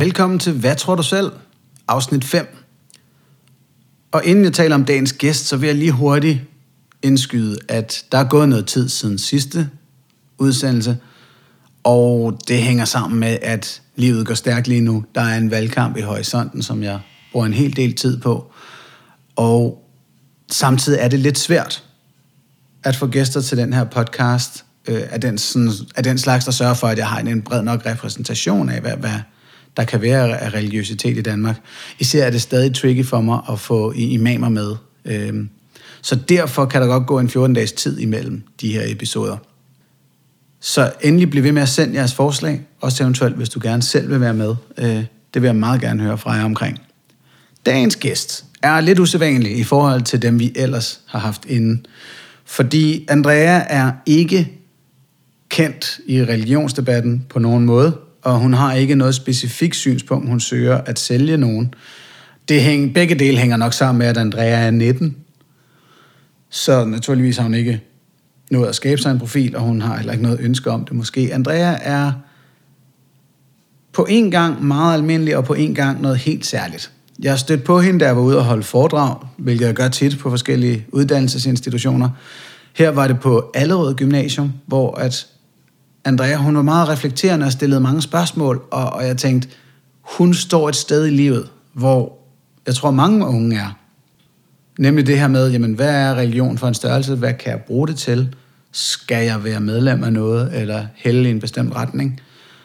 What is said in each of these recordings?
Velkommen til Hvad tror du selv? Afsnit 5. Og inden jeg taler om dagens gæst, så vil jeg lige hurtigt indskyde, at der er gået noget tid siden sidste udsendelse, og det hænger sammen med, at livet går stærkt lige nu. Der er en valgkamp i horisonten, som jeg bruger en hel del tid på, og samtidig er det lidt svært at få gæster til den her podcast af den slags, der sørger for, at jeg har en bred nok repræsentation af, hvad der kan være af religiøsitet i Danmark. Især er det stadig tricky for mig at få imamer med. Så derfor kan der godt gå en 14-dages tid imellem de her episoder. Så endelig bliv ved med at sende jeres forslag, også eventuelt, hvis du gerne selv vil være med. Det vil jeg meget gerne høre fra jer omkring. Dagens gæst er lidt usædvanlig i forhold til dem, vi ellers har haft inde. Fordi Andrea er ikke kendt i religionsdebatten på nogen måde, og hun har ikke noget specifikt synspunkt, hun søger at sælge nogen. Begge dele hænger nok sammen med, at Andrea er 19, så naturligvis har hun ikke nået at skabe sig en profil, og hun har heller ikke noget ønske om det måske. Andrea er på en gang meget almindelig, og på en gang noget helt særligt. Jeg har stødt på hende, da jeg var ude og holde foredrag, hvilket jeg gør tit på forskellige uddannelsesinstitutioner. Her var det på Allerød Gymnasium, hvor at Andrea, hun var meget reflekterende og stillede mange spørgsmål, og jeg tænkte, hun står et sted i livet, hvor jeg tror mange unge er. Nemlig det her med, jamen, hvad er religion for en størrelse? Hvad kan jeg bruge det til? Skal jeg være medlem af noget, eller hælde i en bestemt retning?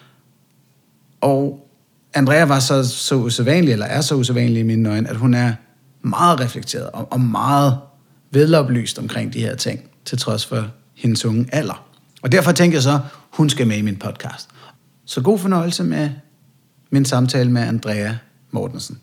Og Andrea var så usædvanlig, eller er så usædvanlig i mine øjne, at hun er meget reflekteret og meget veloplyst omkring de her ting, til trods for hendes unge alder. Og derfor tænker jeg så, hun skal med i min podcast. Så god fornøjelse med min samtale med Andrea Mortensen.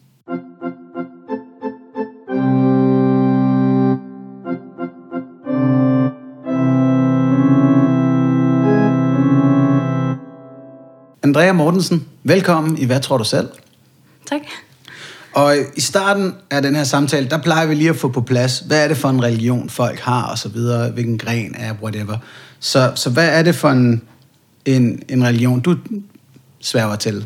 Andrea Mortensen, velkommen i Hvad tror du selv? Tak. Og i starten af den her samtale, der plejer vi lige at få på plads, hvad er det for en religion, folk har, og så videre, hvilken gren er, whatever. Så hvad er det for en religion, du sværger til?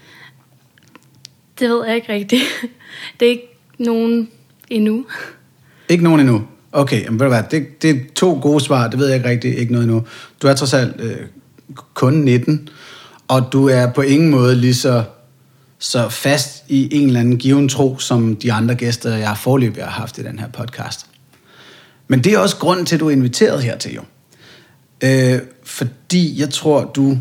Det ved jeg ikke rigtigt. Det er ikke nogen endnu. Ikke nogen endnu? Okay, men ved du hvad, det er 2 gode svar, det ved jeg ikke rigtigt, ikke noget endnu. Du er trods alt kun 19, og du er på ingen måde lige så fast i en eller anden given tro, som de andre gæster, jeg foreløbig har haft i den her podcast. Men det er også grunden til, at du er inviteret hertil, jo. Fordi jeg tror, du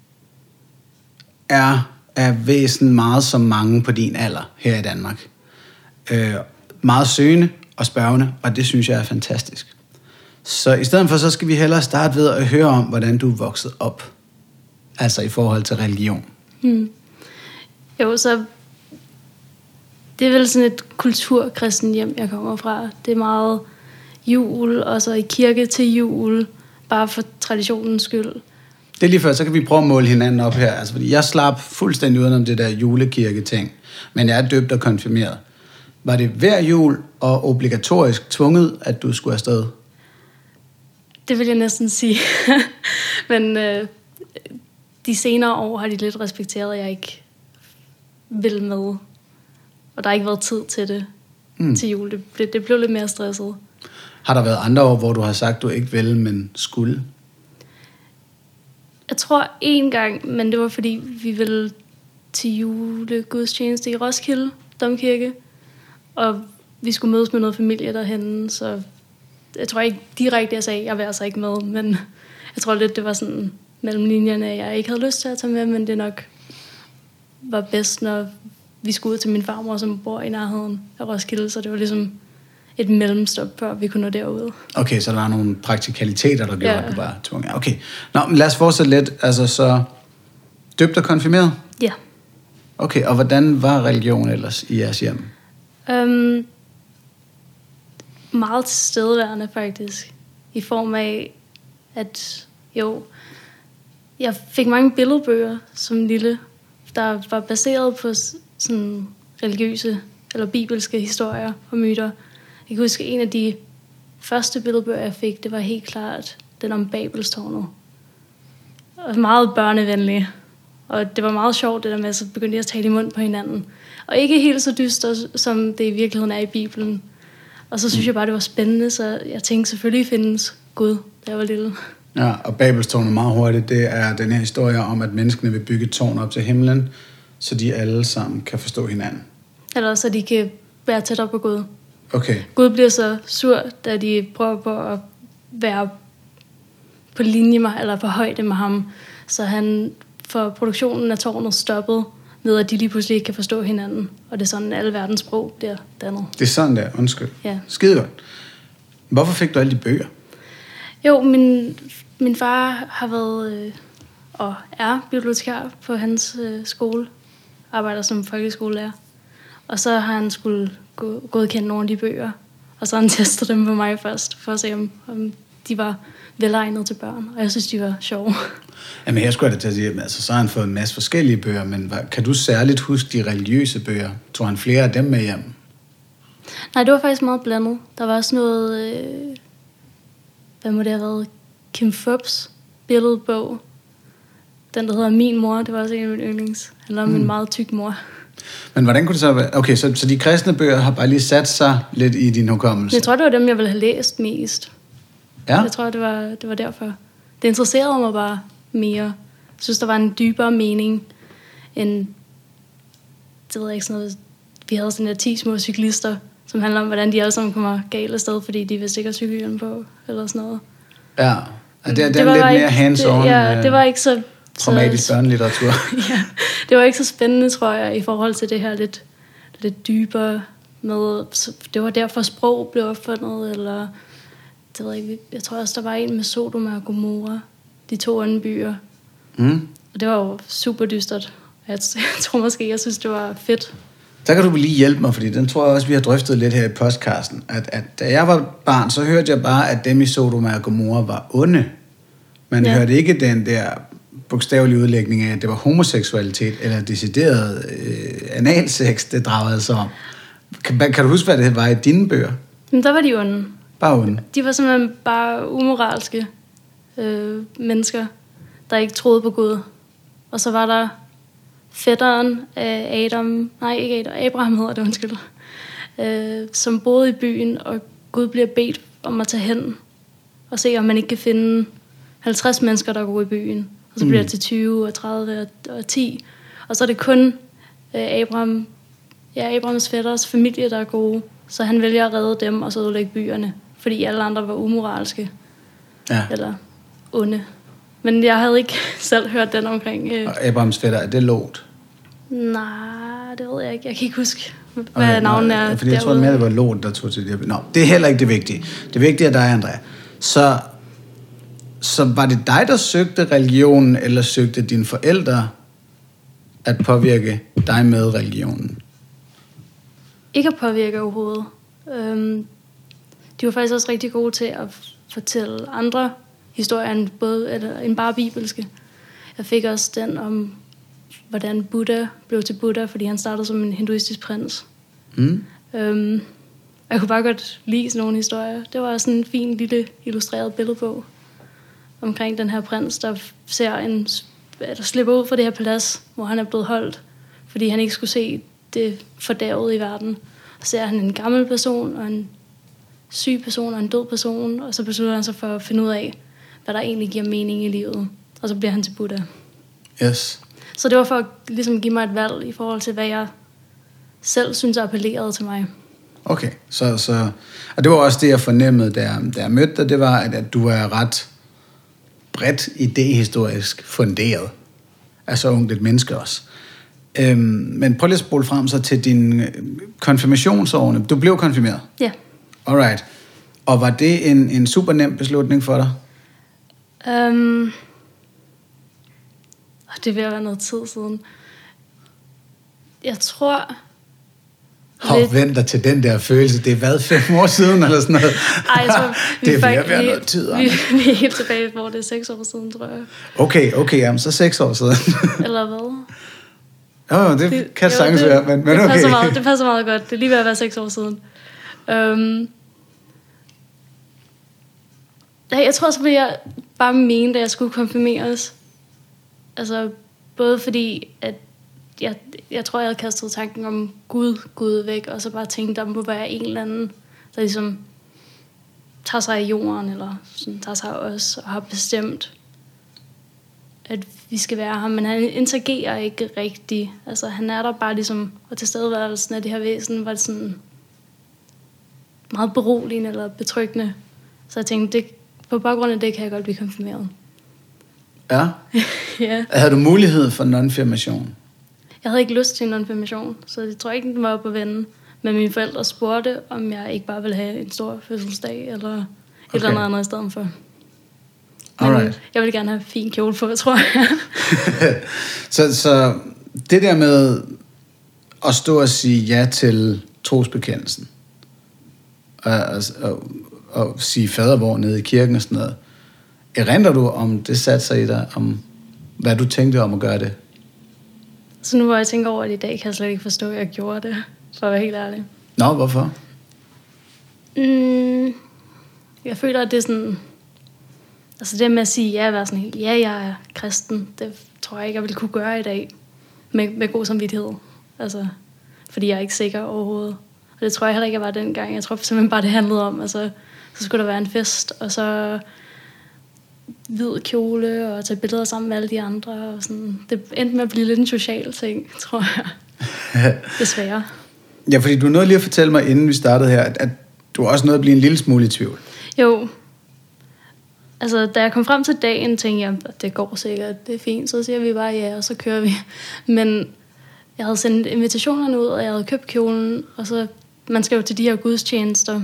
er væsen meget som mange på din alder her i Danmark. Meget søgende og spørgende, og det synes jeg er fantastisk. Så i stedet for, så skal vi hellere starte ved at høre om, hvordan du er vokset op. Altså i forhold til religion. Jo, så det er vel sådan et kulturkristen hjem, jeg kommer fra. Det er meget jul, og så i kirke til jul, bare for traditionens skyld. Det er lige før, så kan vi prøve at måle hinanden op her. Altså, fordi jeg slap fuldstændig udenom det der julekirke-ting, men jeg er døbt og konfirmeret. Var det hver jul og obligatorisk tvunget, at du skulle afsted? Det vil jeg næsten sige. Men de senere år har de lidt respekteret, at jeg ikke vil med. Og der har ikke været tid til det til jul. Det blev lidt mere stresset. Har der været andre år, hvor du har sagt, du ikke vil, men skulle? Jeg tror en gang, men det var fordi, vi ville til julegudstjeneste i Roskilde Domkirke. Og vi skulle mødes med noget familie derhenne, så jeg tror ikke direkte, jeg sagde, jeg vil altså ikke med. Men jeg tror lidt, det var sådan mellem linjerne, at jeg ikke havde lyst til at tage med, men det nok var bedst, når vi skulle ud til min farmor, som bor i nærheden af Roskilde, så det var ligesom et mellemstop, før vi kunne nå derude. Okay, så der var nogle praktikaliteter, der gjorde, at du var tvunget. Okay, nå, men lad os fortsætte lidt. Altså, så døbt og konfirmeret? Ja. Okay, og hvordan var religion ellers i jeres hjem? Meget tilstedeværende, faktisk. I form af, at jeg fik mange billedbøger som lille, der var baseret på sådan religiøse eller bibelske historier og myter. Jeg kan huske, en af de første billedbøger, jeg fik, det var helt klart den om Babelstårnet. Og meget børnevenlig. Og det var meget sjovt, det der med, at så begyndte de at tale i mund på hinanden. Og ikke helt så dyster, som det i virkeligheden er i Bibelen. Og så synes jeg bare, det var spændende, så jeg tænkte selvfølgelig findes Gud, da jeg var lille. Ja, og Babels tårn er meget hurtigt. Det er den her historie om, at menneskene vil bygge et tårn op til himlen, så de alle sammen kan forstå hinanden. Eller så de kan være tættere på Gud. Okay. Gud bliver så sur, da de prøver på at være på linje med, eller på højde med ham. Så han får produktionen af tårnet stoppet, ved at de lige pludselig ikke kan forstå hinanden. Og det er sådan, alle verdens sprog bliver dannet. Det er sådan der, undskyld. Ja. Skide godt. Hvorfor fik du alle de bøger? Jo, min far har været og er bibliotekar på hans skole. Arbejder som folkeskolelærer. Og så har han skulle godkende nogle af de bøger. Og så har han testet dem på mig først, for at se, om de var velegnede til børn. Og jeg synes, de var sjove. Jamen, jeg skulle da til at sige, altså, så har han fået en masse forskellige bøger, men kan du særligt huske de religiøse bøger? Tog han flere af dem med hjem? Nej, det var faktisk meget blandet. Der var også noget, hvad må det have været? Kim Fupz billedbog. Den, der hedder Min Mor, det var også en af mine yndlings. Handler om en meget tyk mor. Men hvordan kunne det så være? Okay, så de kristne bøger har bare lige sat sig lidt i din hukommelse? Jeg tror, det var dem, jeg ville have læst mest. Ja? Jeg tror, det var derfor. Det interesserede mig bare mere. Jeg synes, der var en dybere mening end, det ved jeg ikke, sådan noget, vi havde sådan der 10 små cyklister, som handler om, hvordan de alle sammen kommer galt afsted, fordi de vist ikke har cykelhjelm på, eller sådan noget. Ja, det er lidt mere hands-on. Ja, det var ikke så traumatisk børnelitteratur. Ja, det var ikke så spændende, tror jeg, i forhold til det her lidt dybere med, det var derfor sprog blev opfundet, eller det ved jeg ikke, jeg tror også, der var en med Sodoma og Gomorra, de 2 andre byer. Og det var jo super dystert. Jeg tror måske, jeg synes, det var fedt. Så kan du lige hjælpe mig, fordi den tror jeg også, vi har drøftet lidt her i podcasten, at da jeg var barn, så hørte jeg bare, at dem i Sodoma og Gomorra var onde. Man hørte ikke den der bogstavelige udlægning af, at det var homoseksualitet eller decideret analsex, det dragede sig om. Kan du huske, hvad det var i dine bøger? Men der var de onde. Bare onde? De var simpelthen bare umoralske mennesker, der ikke troede på Gud. Og så var der fætteren af Abraham hedder det, undskyld, som boede i byen, og Gud bliver bedt om at tage hen og se, om man ikke kan finde 50 mennesker, der går i byen. Og så bliver det til 20 og 30 og 10. Og så er det kun Abrahams fætters familie, der er gode. Så han vælger at redde dem og så ødelægge byerne, fordi alle andre var umoralske. Ja. Eller onde. Men jeg havde ikke selv hørt den omkring. Og Abrahams fætter, er det Lot? Nej, det ved jeg ikke. Jeg kan ikke huske, hvad navnet er. Fordi jeg tror mere, det var Lot, der tog til det. Nå, det er heller ikke det vigtige. Det vigtige er dig, Andrea. Så var det dig, der søgte religionen, eller søgte dine forældre at påvirke dig med religionen? Ikke at påvirke overhovedet. De var faktisk også rigtig gode til at fortælle andre historier end bare bibelske. Jeg fik også den om, hvordan Buddha blev til Buddha, fordi han startede som en hinduistisk prins. Jeg kunne bare godt lide sådan nogle historier. Det var sådan en fin lille illustreret billedbog omkring den her prins, der slipper ud fra det her palads, hvor han er blevet holdt, fordi han ikke skulle se det fordærvede i verden. Og så ser han en gammel person, og en syg person, og en død person, og så beslutter han sig for at finde ud af, hvad der egentlig giver mening i livet. Og så bliver han til Buddha. Yes. Så det var for at ligesom give mig et valg i forhold til, hvad jeg selv synes appellerede til mig. Okay, så og det var også det, jeg fornemmede, da jeg mødte dig, det var, at du er ret bredt idehistorisk funderet. Altså ungt et menneske også. Men prøv lige at spole frem så til din konfirmationsårene. Du blev konfirmeret? Ja. Alright. Og var det en super nem beslutning for dig? Det vil være noget tid siden. Jeg tror... Vent dig til den der følelse. Det er hvad, 5 år siden eller sådan noget? Ej, jeg tror, det er ved at være noget tid. Vi er helt tilbage, hvor det er 6 år siden, tror jeg. Okay, jamen så 6 år siden. Eller hvad? Det kan sagtens være, men okay. Det passer meget godt. Det er lige ved at være 6 år siden. Jeg tror også, at jeg bare mente, at jeg skulle konfirmeres. Altså, både fordi, at jeg tror, jeg havde kastet tanken om Gud væk, og så bare tænkt, der må være en eller anden, der ligesom tager sig af jorden, eller sådan, tager sig af os, og har bestemt, at vi skal være ham, men han interagerer ikke rigtigt. Altså, han er der bare ligesom, og tilstedeværelsen af det her væsen var sådan meget beroligende eller betryggende. Så jeg tænkte, på baggrund af det kan jeg godt blive konfirmeret. Ja? Ja. Havde du mulighed for non-firmation? Jeg havde ikke lyst til en non-firmation, så jeg tror ikke, den var oppe at vende. Men mine forældre spurgte, om jeg ikke bare ville have en stor fødselsdag, eller et eller andet i stedet for. Men jeg ville gerne have fin kjole på, tror jeg. så det der med at stå og sige ja til trosbekendelsen, og sige fadervor nede i kirken og sådan noget, erindrer du, om det satte sig i dig, om hvad du tænkte om at gøre det? Så nu hvor jeg tænker over det i dag, kan jeg slet ikke forstå, at jeg gjorde det, for at være helt ærlig. Nå, hvorfor? Jeg føler, at det er sådan... Altså det med at sige ja, at være sådan helt, ja, jeg er kristen, det tror jeg ikke, jeg ville kunne gøre i dag, med god samvittighed. Altså, fordi jeg er ikke sikker overhovedet. Og det tror jeg heller ikke, jeg var dengang. Jeg tror simpelthen bare, det handlede om, altså, så skulle der være en fest, og så hvid kjole, og tage billeder sammen med alle de andre. Og sådan. Det endte med at blive lidt en social ting, tror jeg. Desværre. Ja, fordi du nåede lige at fortælle mig, inden vi startede her, at du også nåede at blive en lille smule i tvivl. Jo. Altså, da jeg kom frem til dagen, tænkte jeg, at det går sikkert, det er fint, så siger vi bare ja, og så kører vi. Men jeg havde sendt invitationerne ud, og jeg havde købt kjolen, og så, man skal jo til de her gudstjenester,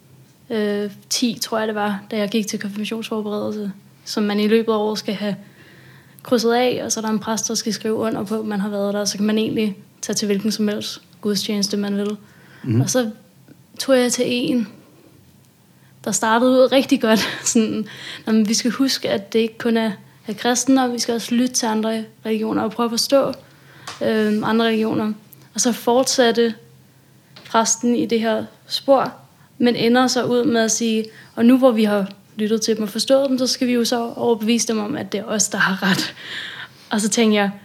10 tror jeg det var, da jeg gik til konfirmationsforberedelse, som man i løbet af året skal have krydset af, og så er der en præst, der skal skrive under på, at man har været der, og så kan man egentlig tage til hvilken som helst gudstjeneste, man vil. Mm-hmm. Og så tog jeg til en, der startede ud rigtig godt. Sådan, vi skal huske, at det ikke kun er kristne, og vi skal også lytte til andre religioner og prøve at forstå andre religioner. Og så fortsatte præsten i det her spor, men ender så ud med at sige, og nu hvor vi har lyttet til dem og forstået dem, så skal vi jo så overbevise dem om, at det er os, der har ret. Og så tænkte jeg,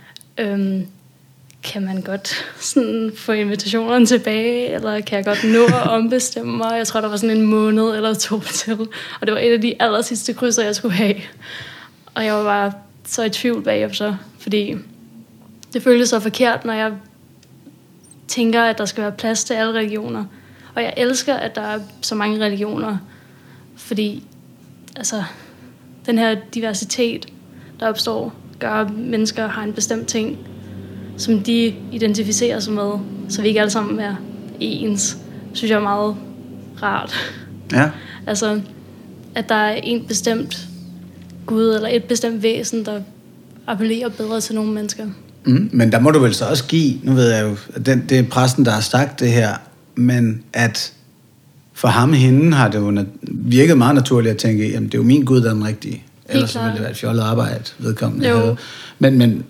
kan man godt sådan få invitationerne tilbage, eller kan jeg godt nå at ombestemme mig? Jeg tror, der var sådan en måned eller 2 til, og det var et af de aller sidste krydser, jeg skulle have. Og jeg var bare så i tvivl bagefter, fordi det føltes så forkert, når jeg tænker, at der skal være plads til alle religioner. Og jeg elsker, at der er så mange religioner, fordi altså, den her diversitet, der opstår, gør, at mennesker har en bestemt ting, som de identificerer sig med, så vi ikke alle sammen er ens, synes jeg er meget rart. Ja. Altså, at der er en bestemt Gud, eller et bestemt væsen, der appellerer bedre til nogle mennesker. Men der må du vel så også give, nu ved jeg jo, at det er præsten, der har sagt det her, men at for ham og hende har det jo virket meget naturligt at tænke, jamen det er jo min Gud, der er den rigtige. Ellers så ville det være et fjollet arbejde, vedkommende havde. Men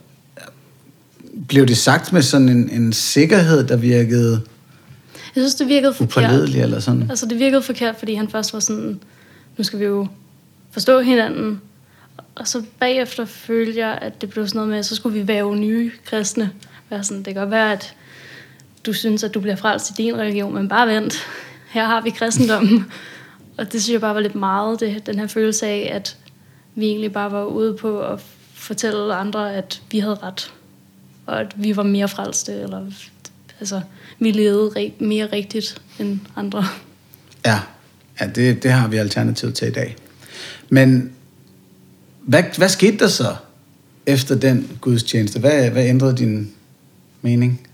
blev det sagt med sådan en sikkerhed, der virkede... Jeg synes, det virkede forkert. Upålidelig eller sådan? Altså, det virkede forkert, fordi han først var sådan, nu skal vi jo forstå hinanden. Og så bagefter følte jeg, at det blev sådan noget med, så skulle vi være nye kristne. Sådan, det kan godt være, at du synes, at du bliver frelst i din religion, men bare vent. Her har vi kristendommen. Og det synes jeg bare var lidt meget, den her følelse af, at vi egentlig bare var ude på at fortælle andre, at vi havde ret. Og at vi var mere frelste, eller altså, vi levede mere rigtigt end andre. Ja, det har vi alternativ til i dag. Men hvad skete der så efter den gudstjeneste? Hvad ændrede din mening?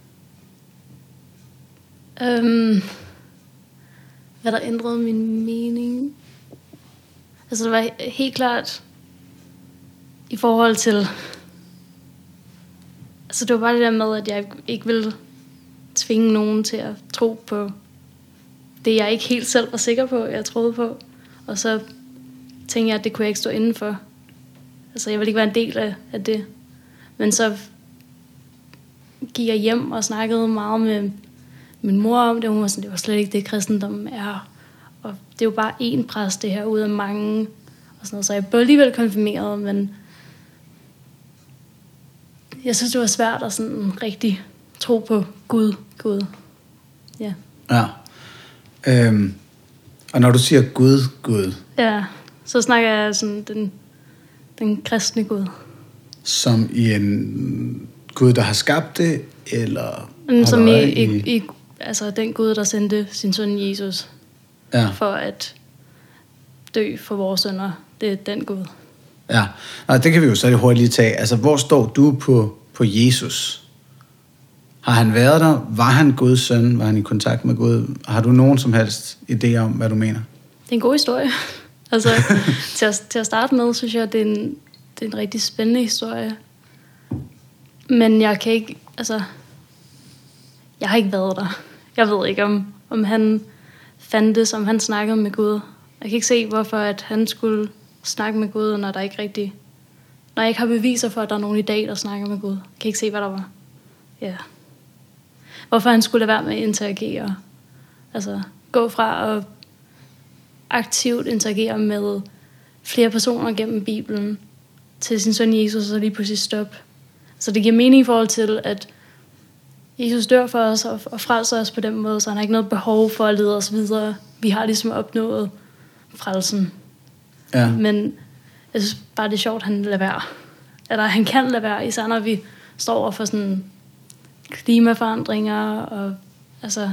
Hvad der ændrede min mening? Altså det var helt klart i forhold til... Altså det var bare det der med, at jeg ikke ville tvinge nogen til at tro på det, jeg ikke helt selv var sikker på, jeg troede på. Og så tænkte jeg, at det kunne jeg ikke stå indenfor. Altså jeg ville ikke være en del af det. Men så gik jeg hjem og snakkede meget med min mor om det. Hun var sådan, det var slet ikke det, kristendommen er. Og det er jo bare én præst, det her, ud af mange. Og sådan noget. Så jeg blev alligevel konfirmeret, men Jeg synes, det var svært at sådan rigtig tro på Gud. Ja. Ja. Og når du siger Gud, Ja, så snakker jeg sådan den kristne Gud. som i en Gud, der har skabt det, eller Som i altså den Gud, der sendte sin søn Jesus for at dø for vores synder. Det er den Gud. Ja, og det kan vi jo så hurtigt lige tage. Altså, hvor står du på Jesus? Har han været der? Var han Guds søn? Var han i kontakt med Gud? Har du nogen som helst idé om, hvad du mener? Det er en god historie. Altså, til at starte med, synes jeg, det er en rigtig spændende historie. Men jeg kan ikke, altså, jeg har ikke været der. Jeg ved ikke, om han fandtes, om han snakkede med Gud. Jeg kan ikke se, hvorfor at han skulle snakke med Gud, når jeg ikke har beviser for, at der er nogen i dag, der snakker med Gud. Jeg kan ikke se, hvad der var. Ja. Hvorfor han skulle lade være med at interagere. Altså, gå fra at aktivt interagere med flere personer gennem Bibelen til sin søn Jesus, og så lige pludselig stoppe. Så det giver mening i forhold til, at Jesus dør for os og frelser os på den måde, så han har ikke noget behov for at lede os videre. Vi har ligesom opnået frelsen. Ja. Men jeg synes bare, det er sjovt, at han lader være. Eller han kan lade være, især når vi står over for sådan klimaforandringer og altså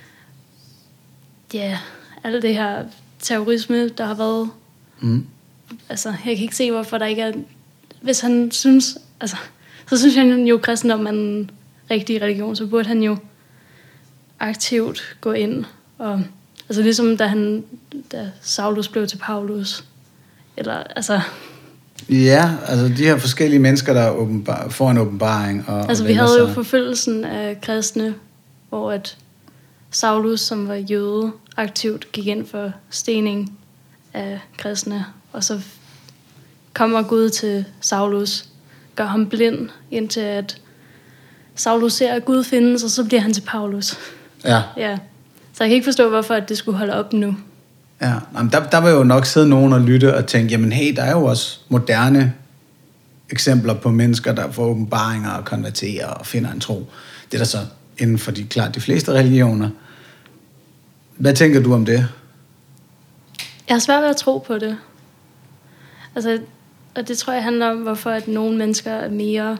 alt det her terrorisme, der har været. Altså, jeg kan ikke se, hvorfor der ikke er. Hvis han synes, altså, så synes han jo, kristendom er en rigtig religion, så burde han jo aktivt gå ind og, altså ligesom da Saulus blev til Paulus, eller altså. Ja, altså de her forskellige mennesker, der får en åbenbaring. Altså vi havde jo forfølgelsen af kristne, hvor at Saulus, som var jøde, aktivt gik ind for stening af kristne, og så kommer Gud til Saulus, gør ham blind, indtil at Saulus ser, at Gud findes, og så bliver han til Paulus. Ja. Så jeg kan ikke forstå, hvorfor at det skulle holde op nu. Ja, jamen, der vil jo nok sidde nogen og lytte og tænke, jamen hey, der er jo også moderne eksempler på mennesker, der får åbenbaringer og konverterer og finder en tro. Det er der så inden for de fleste religioner. Hvad tænker du om det? Jeg har svært ved at tro på det. Altså, og det tror jeg handler om, hvorfor at nogle mennesker er mere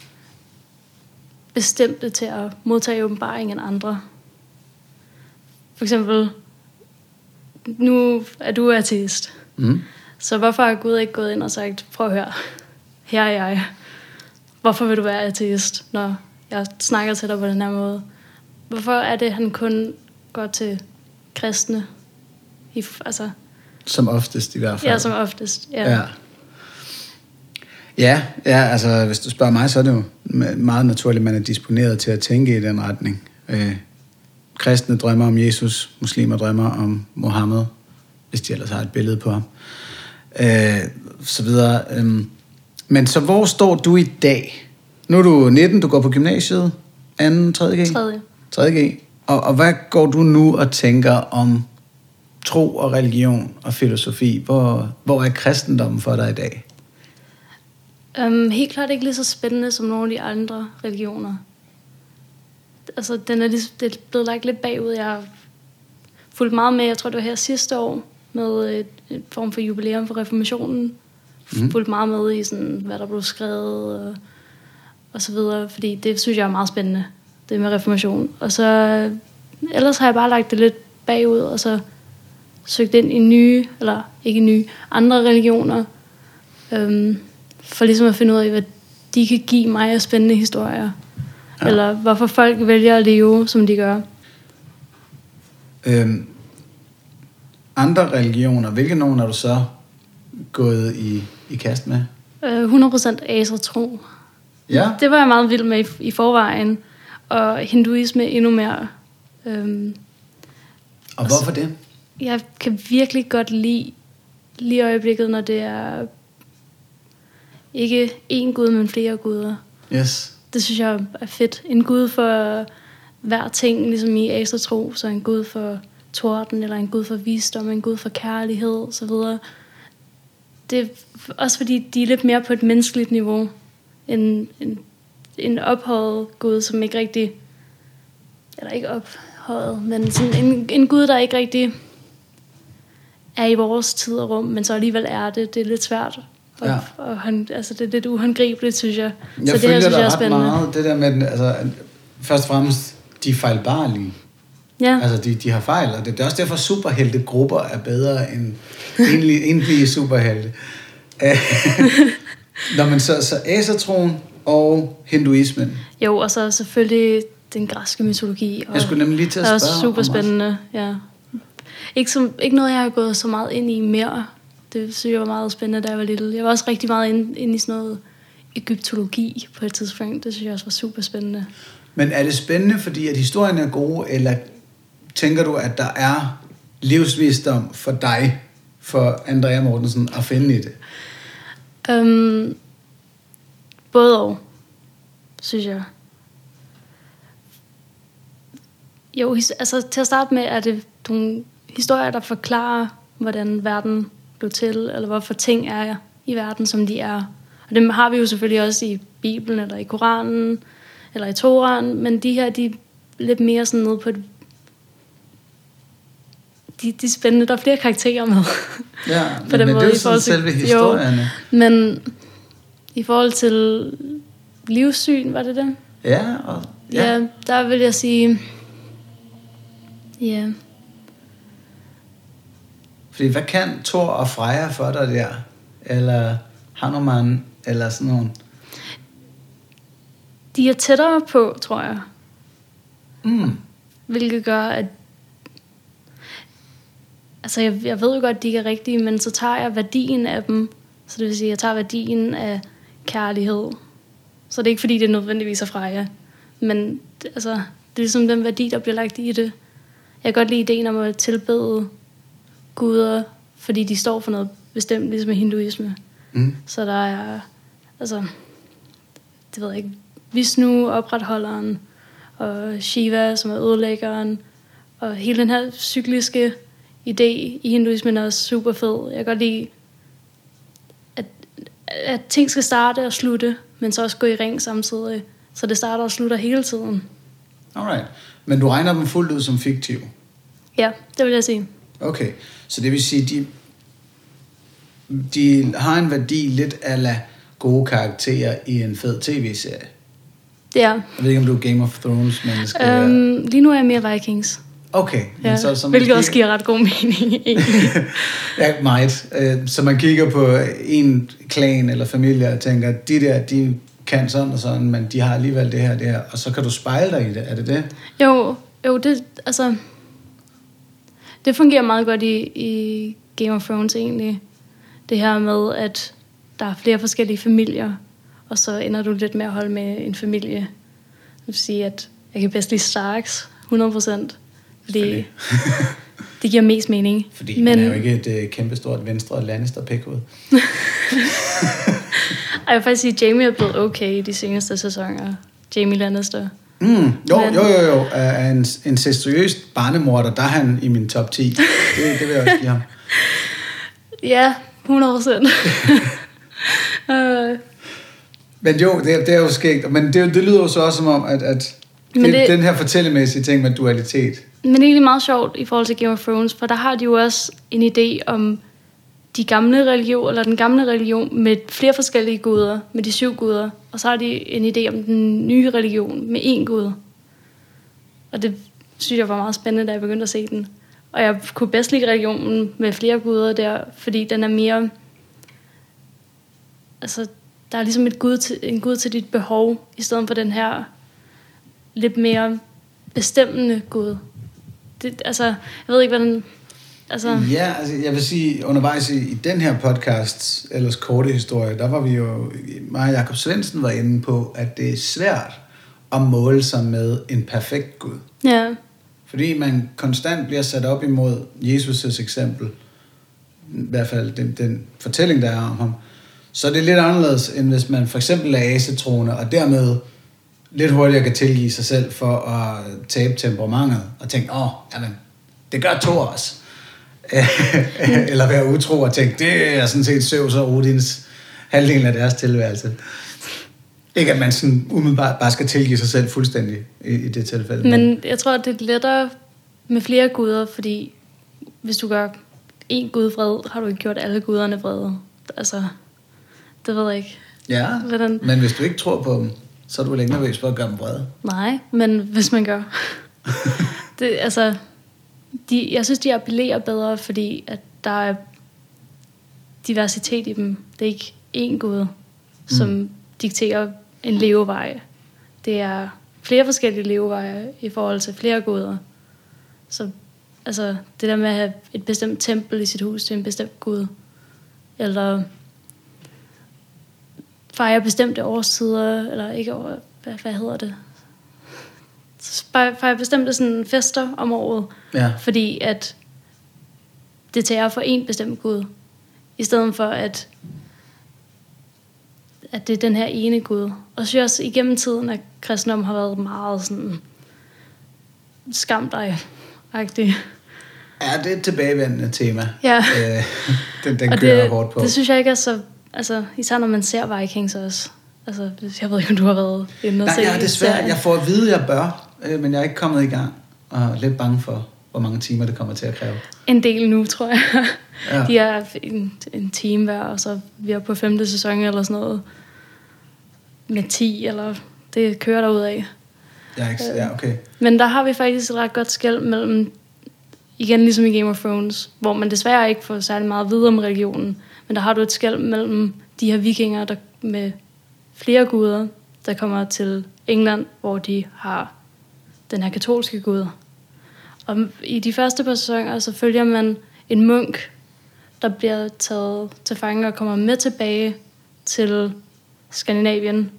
bestemte til at modtage åbenbaring end andre. For eksempel, nu er du ateist. Så hvorfor har Gud ikke gået ind og sagt, prøv at høre, her er jeg. Hvorfor vil du være ateist, når jeg snakker til dig på den her måde? Hvorfor er det, han kun går til kristne? Altså, som oftest i hvert fald. Ja, som oftest, ja. Ja, altså hvis du spørger mig, så er det jo meget naturligt, at man er disponeret til at tænke i den retning. Kristne drømmer om Jesus, muslimer drømmer om Mohammed, hvis de ellers har et billede på ham. Så videre. Men så hvor står du i dag? Nu er du 19, du går på gymnasiet, 2., 3.G? 3.G. Og hvad går du nu og tænker om tro og religion og filosofi? Hvor er kristendommen for dig i dag? Helt klart ikke lige så spændende som nogle af de andre religioner. Altså, det er blevet lagt lidt bagud. Jeg har fulgt meget med, jeg tror det var her sidste år, med en form for jubilæum for reformationen. Fulgt meget med i sådan, hvad der blev skrevet og så videre, fordi det synes jeg er meget spændende, det med reformation. Og så ellers har jeg bare lagt det lidt bagud, og så søgt ind i andre religioner, for ligesom at finde ud af, hvad de kan give mig af spændende historier. Ja. Eller hvorfor folk vælger at leve, som de gør. Andre religioner, hvilke nogen har du så gået i kast med? 100% asertro. Ja. Det var jeg meget vild med i forvejen. Og hinduisme endnu mere. Og hvorfor det? Jeg kan virkelig godt lide lige øjeblikket, når det er ikke én gud, men flere guder. Yes. Det synes jeg er fedt. En gud for hver ting, ligesom i asertro, så en gud for torden, eller en gud for visdom, en gud for kærlighed, så videre. Det er også fordi, de er lidt mere på et menneskeligt niveau, end en ophøjet Gud, som ikke rigtig, eller ikke ophøjet, men sådan en Gud, der ikke rigtig er i vores tid og rum, men så alligevel er det. Det er lidt svært. Og altså det er lidt uhåndgribeligt, synes jeg. Så det her synes jeg er spændende. Meget, det der med, altså, først og fremmest, de er fejlbarlige. Ja. Altså, de har fejl, og det er også derfor, superheltegrupper er bedre end egentlige superhelte. Nå, men så asatroen og hinduismen. Jo, og så selvfølgelig den græske mytologi. Og jeg skulle nemlig lige til at spørge. Det er også super spændende, ja. Ikke noget, jeg har gået så meget ind i mere. Det synes jeg var meget spændende, da jeg var lille. Jeg var også rigtig meget inde i sådan noget egyptologi på et tidspunkt. Det synes jeg også var super spændende. Men er det spændende, fordi at historien er gode, eller tænker du, at der er livsvisdom for dig, for Andrea Mortensen, at finde i det? Både og, synes jeg. Jo, altså til at starte med, er det nogle historier, der forklarer, hvordan verden blev til, eller hvorfor ting er i verden, som de er. Og dem har vi jo selvfølgelig også i Bibelen, eller i Koranen, eller i Toraen, men de her, de er lidt mere sådan noget på de er spændende. Der er flere karakterer med. Ja, på den men måde, det er jo sådan selve historierne. Jo, men i forhold til livssyn, var det det? Ja. Ja, der vil jeg sige, ja. Fordi hvad kan Thor og Freja for dig der? Eller Hanuman, eller sådan nogen? De er tættere på, tror jeg. Hvilket gør, at altså jeg ved jo godt, at de ikke er rigtige, men så tager jeg værdien af dem. Så det vil sige, at jeg tager værdien af kærlighed. Så det er ikke fordi, det er nødvendigvis er Freja. Men altså, det er ligesom den værdi, der bliver lagt i det. Jeg kan godt lide ideen om at tilbede guder, fordi de står for noget bestemt, ligesom i hinduisme. Så der er, altså, det ved jeg ikke, Vishnu, opretholderen, og Shiva, som er ødelæggeren, og hele den her cykliske idé i hinduismen er også super fed. Jeg kan godt lide, at ting skal starte og slutte, men så også gå i ring samtidig. Så det starter og slutter hele tiden. Alright. Men du regner dem fuldt ud som fiktiv? Ja, det vil jeg sige. Okay, så det vil sige, de har en værdi lidt a gode karakterer i en fed tv-serie. Ja. Jeg ved ikke, om du er Game of Thrones menneske. Lige nu er jeg mere Vikings. Okay. Ja, så hvilket også giver ret god mening egentlig. Ja, meget. Så man kigger på en klan eller familie og tænker, de kan sådan og sådan, men de har alligevel det her, og så kan du spejle dig i det. Er det det? Jo, det, altså, det fungerer meget godt i Game of Thrones egentlig. Det her med, at der er flere forskellige familier, og så ender du lidt med at holde med en familie. Jeg vil sige, at jeg kan bedst lide Starks 100%, fordi det giver mest mening. Fordi man er jo ikke et kæmpestort venstre Lannister-pikhoved. Jeg vil faktisk sige, at Jamie er blevet okay i de seneste sæsoner. Jamie Lannister. Jo. Er en seriøs barnemorder, der er han i min top 10. Det vil jeg også give ham. Ja, 100%. Men jo, det er jo skægt. Men det lyder jo så også som om, at den her fortællemæssige ting med dualitet. Men det er egentlig meget sjovt i forhold til Game of Thrones, for der har de jo også en idé om den gamle religion med flere forskellige guder, med de 7 guder, og så har de en idé om den nye religion med 1 gud. Og det synes jeg var meget spændende, da jeg begyndte at se den. Og jeg kunne bedst lide religionen med flere guder der, fordi den er mere, altså der er ligesom en gud til dit behov, i stedet for den her lidt mere bestemmende gud. Det, altså, jeg ved ikke, hvordan... Altså... Ja, altså, jeg vil sige, undervejs i den her podcast, ellers korte historie, der var vi jo, mig og Jakob Svendsen var inde på, at det er svært at måle sig med en perfekt Gud. Ja. Fordi man konstant bliver sat op imod Jesus' eksempel, i hvert fald den fortælling, der er om ham, så er det lidt anderledes, end hvis man for eksempel er asetroende, og dermed lidt hurtigere kan tilgive sig selv for at tabe temperamentet, og tænke, jamen, det gør Thor også. Eller være utro og tænke, det er sådan set Zeus og Odins halvdelen af deres tilværelse. Ikke at man sådan umiddelbart bare skal tilgive sig selv fuldstændig i det tilfælde. Men jeg tror, at det er lettere med flere guder, fordi hvis du gør en gud vred, har du ikke gjort alle guderne vrede. Altså, det ved jeg ikke. Ja, hvordan... men hvis du ikke tror på dem, så er du vel ikke nervøs for at gøre dem vrede? Nej, men hvis man gør. Det, altså, jeg synes, de appellerer bedre, fordi at der er diversitet i dem. Det er ikke én gud, som dikterer en levevej. Det er flere forskellige leveveje i forhold til flere guder. Så altså, det der med at have et bestemt tempel i sit hus til en bestemt gud, eller fejre bestemte årstider, eller ikke år, hvad hedder det? Fejre bestemte sådan fester om året, fordi at det tager for en bestemt gud, i stedet for at det er den her ene gud. Og så også igennem tiden, at kristendom har været meget sådan skam dig-agtig. Ja, det er et tilbagevendende tema. Ja. Den kører hårdt på. Det synes jeg ikke er så... Altså, især når man ser Vikings også. Altså, jeg ved ikke, om du har været inde og se. Nej, desværre. Jeg får at vide, jeg bør, men jeg er ikke kommet i gang. Og er lidt bange for, hvor mange timer det kommer til at kræve. En del nu, tror jeg. Ja. De er en time hver, og så vi er på 5. sæson eller sådan noget. Med 10, eller det kører derudad. Ja, okay. Men der har vi faktisk et ret godt skel mellem, igen ligesom i Game of Thrones, hvor man desværre ikke får særlig meget at vide om religionen, men der har du et skel mellem de her vikinger, der med flere guder, der kommer til England, hvor de har den her katolske gud. Og i de første par sæsoner, så følger man en munk, der bliver taget til fange og kommer med tilbage til Skandinavien,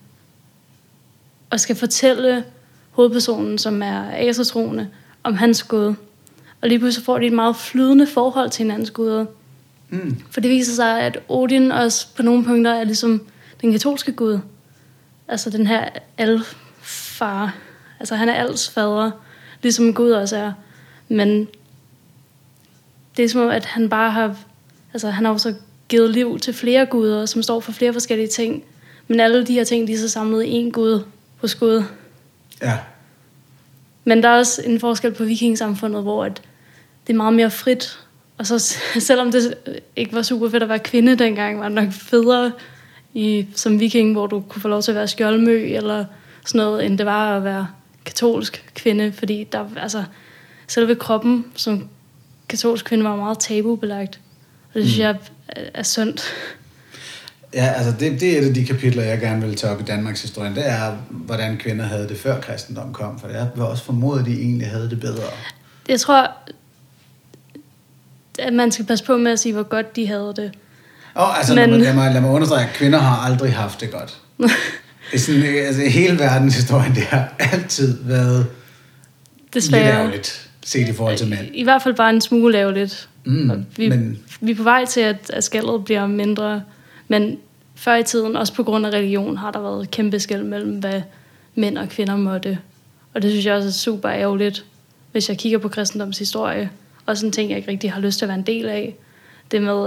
og skal fortælle hovedpersonen, som er asertroende, om hans gud. Og lige pludselig får de et meget flydende forhold til hinandens guder. For det viser sig, at Odin også på nogle punkter er ligesom den katolske gud. Altså den her alfar. Altså han er alts fader, ligesom Gud også er. Men det er som om, at han bare har... Altså han har også givet liv til flere guder, som står for flere forskellige ting. Men alle de her ting, de er så samlet i én gud hos Gud. Ja. Men der er også en forskel på vikingsamfundet, hvor at det er meget mere frit. Og så selvom det ikke var super fedt at være kvinde dengang, var det nok federe som viking, hvor du kunne få lov til at være skjoldmø eller sådan noget, end det var at være katolsk kvinde. Fordi der, altså, selve kroppen som katolsk kvinde var meget tabubelagt. Og det synes jeg er sundt. Ja, altså det er et af de kapitler, jeg gerne vil tage op i Danmarks historie. Det er, hvordan kvinder havde det før kristendom kom. For jeg vil også formode, at de egentlig havde det bedre. Jeg tror, at man skal passe på med at sige, hvor godt de havde det. Altså, men... lad mig understrege, at kvinder har aldrig haft det godt. Det er sådan, altså, hele verdenshistorien, det har altid været desværre lidt ærgerligt, set i forhold til mænd. I hvert fald bare en smule ærgerligt. Vi er på vej til, at skaldet bliver mindre. Men før i tiden, også på grund af religion, har der været et kæmpe skel mellem, hvad mænd og kvinder måtte. Og det synes jeg også er super ærgerligt, hvis jeg kigger på kristendoms historie. Og sådan ting, jeg ikke rigtig har lyst til at være en del af. Det med,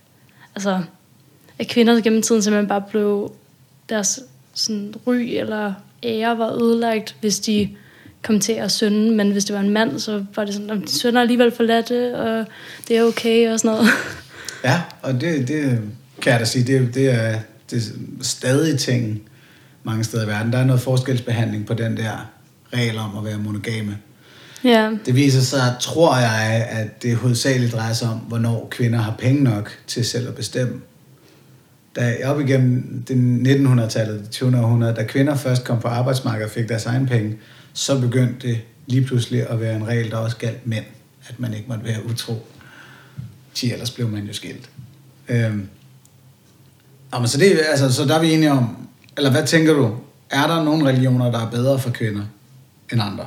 at kvinder gennem tiden simpelthen bare blev deres sådan, ry eller ære var ødelagt, hvis de kom til at synde. Men hvis det var en mand, så var det sådan, at de synder alligevel forladte, og det er okay og sådan noget. Ja, og det kan jeg da sige, det er stadig ting mange steder i verden. Der er noget forskelsbehandling på den der regel om at være monogame. Ja. Det viser sig, tror jeg, at det hovedsageligt drejer sig om, hvornår kvinder har penge nok til selv at bestemme. Da op igennem det 1900-tallet, det 20. århundrede, da kvinder først kom på arbejdsmarkedet og fik deres egen penge, så begyndte det lige pludselig at være en regel, der også galt mænd, at man ikke måtte være utro. Ellers blev man jo skilt. Så det, altså, så der er vi enige om, eller hvad tænker du? Er der nogle religioner, der er bedre for kvinder end andre?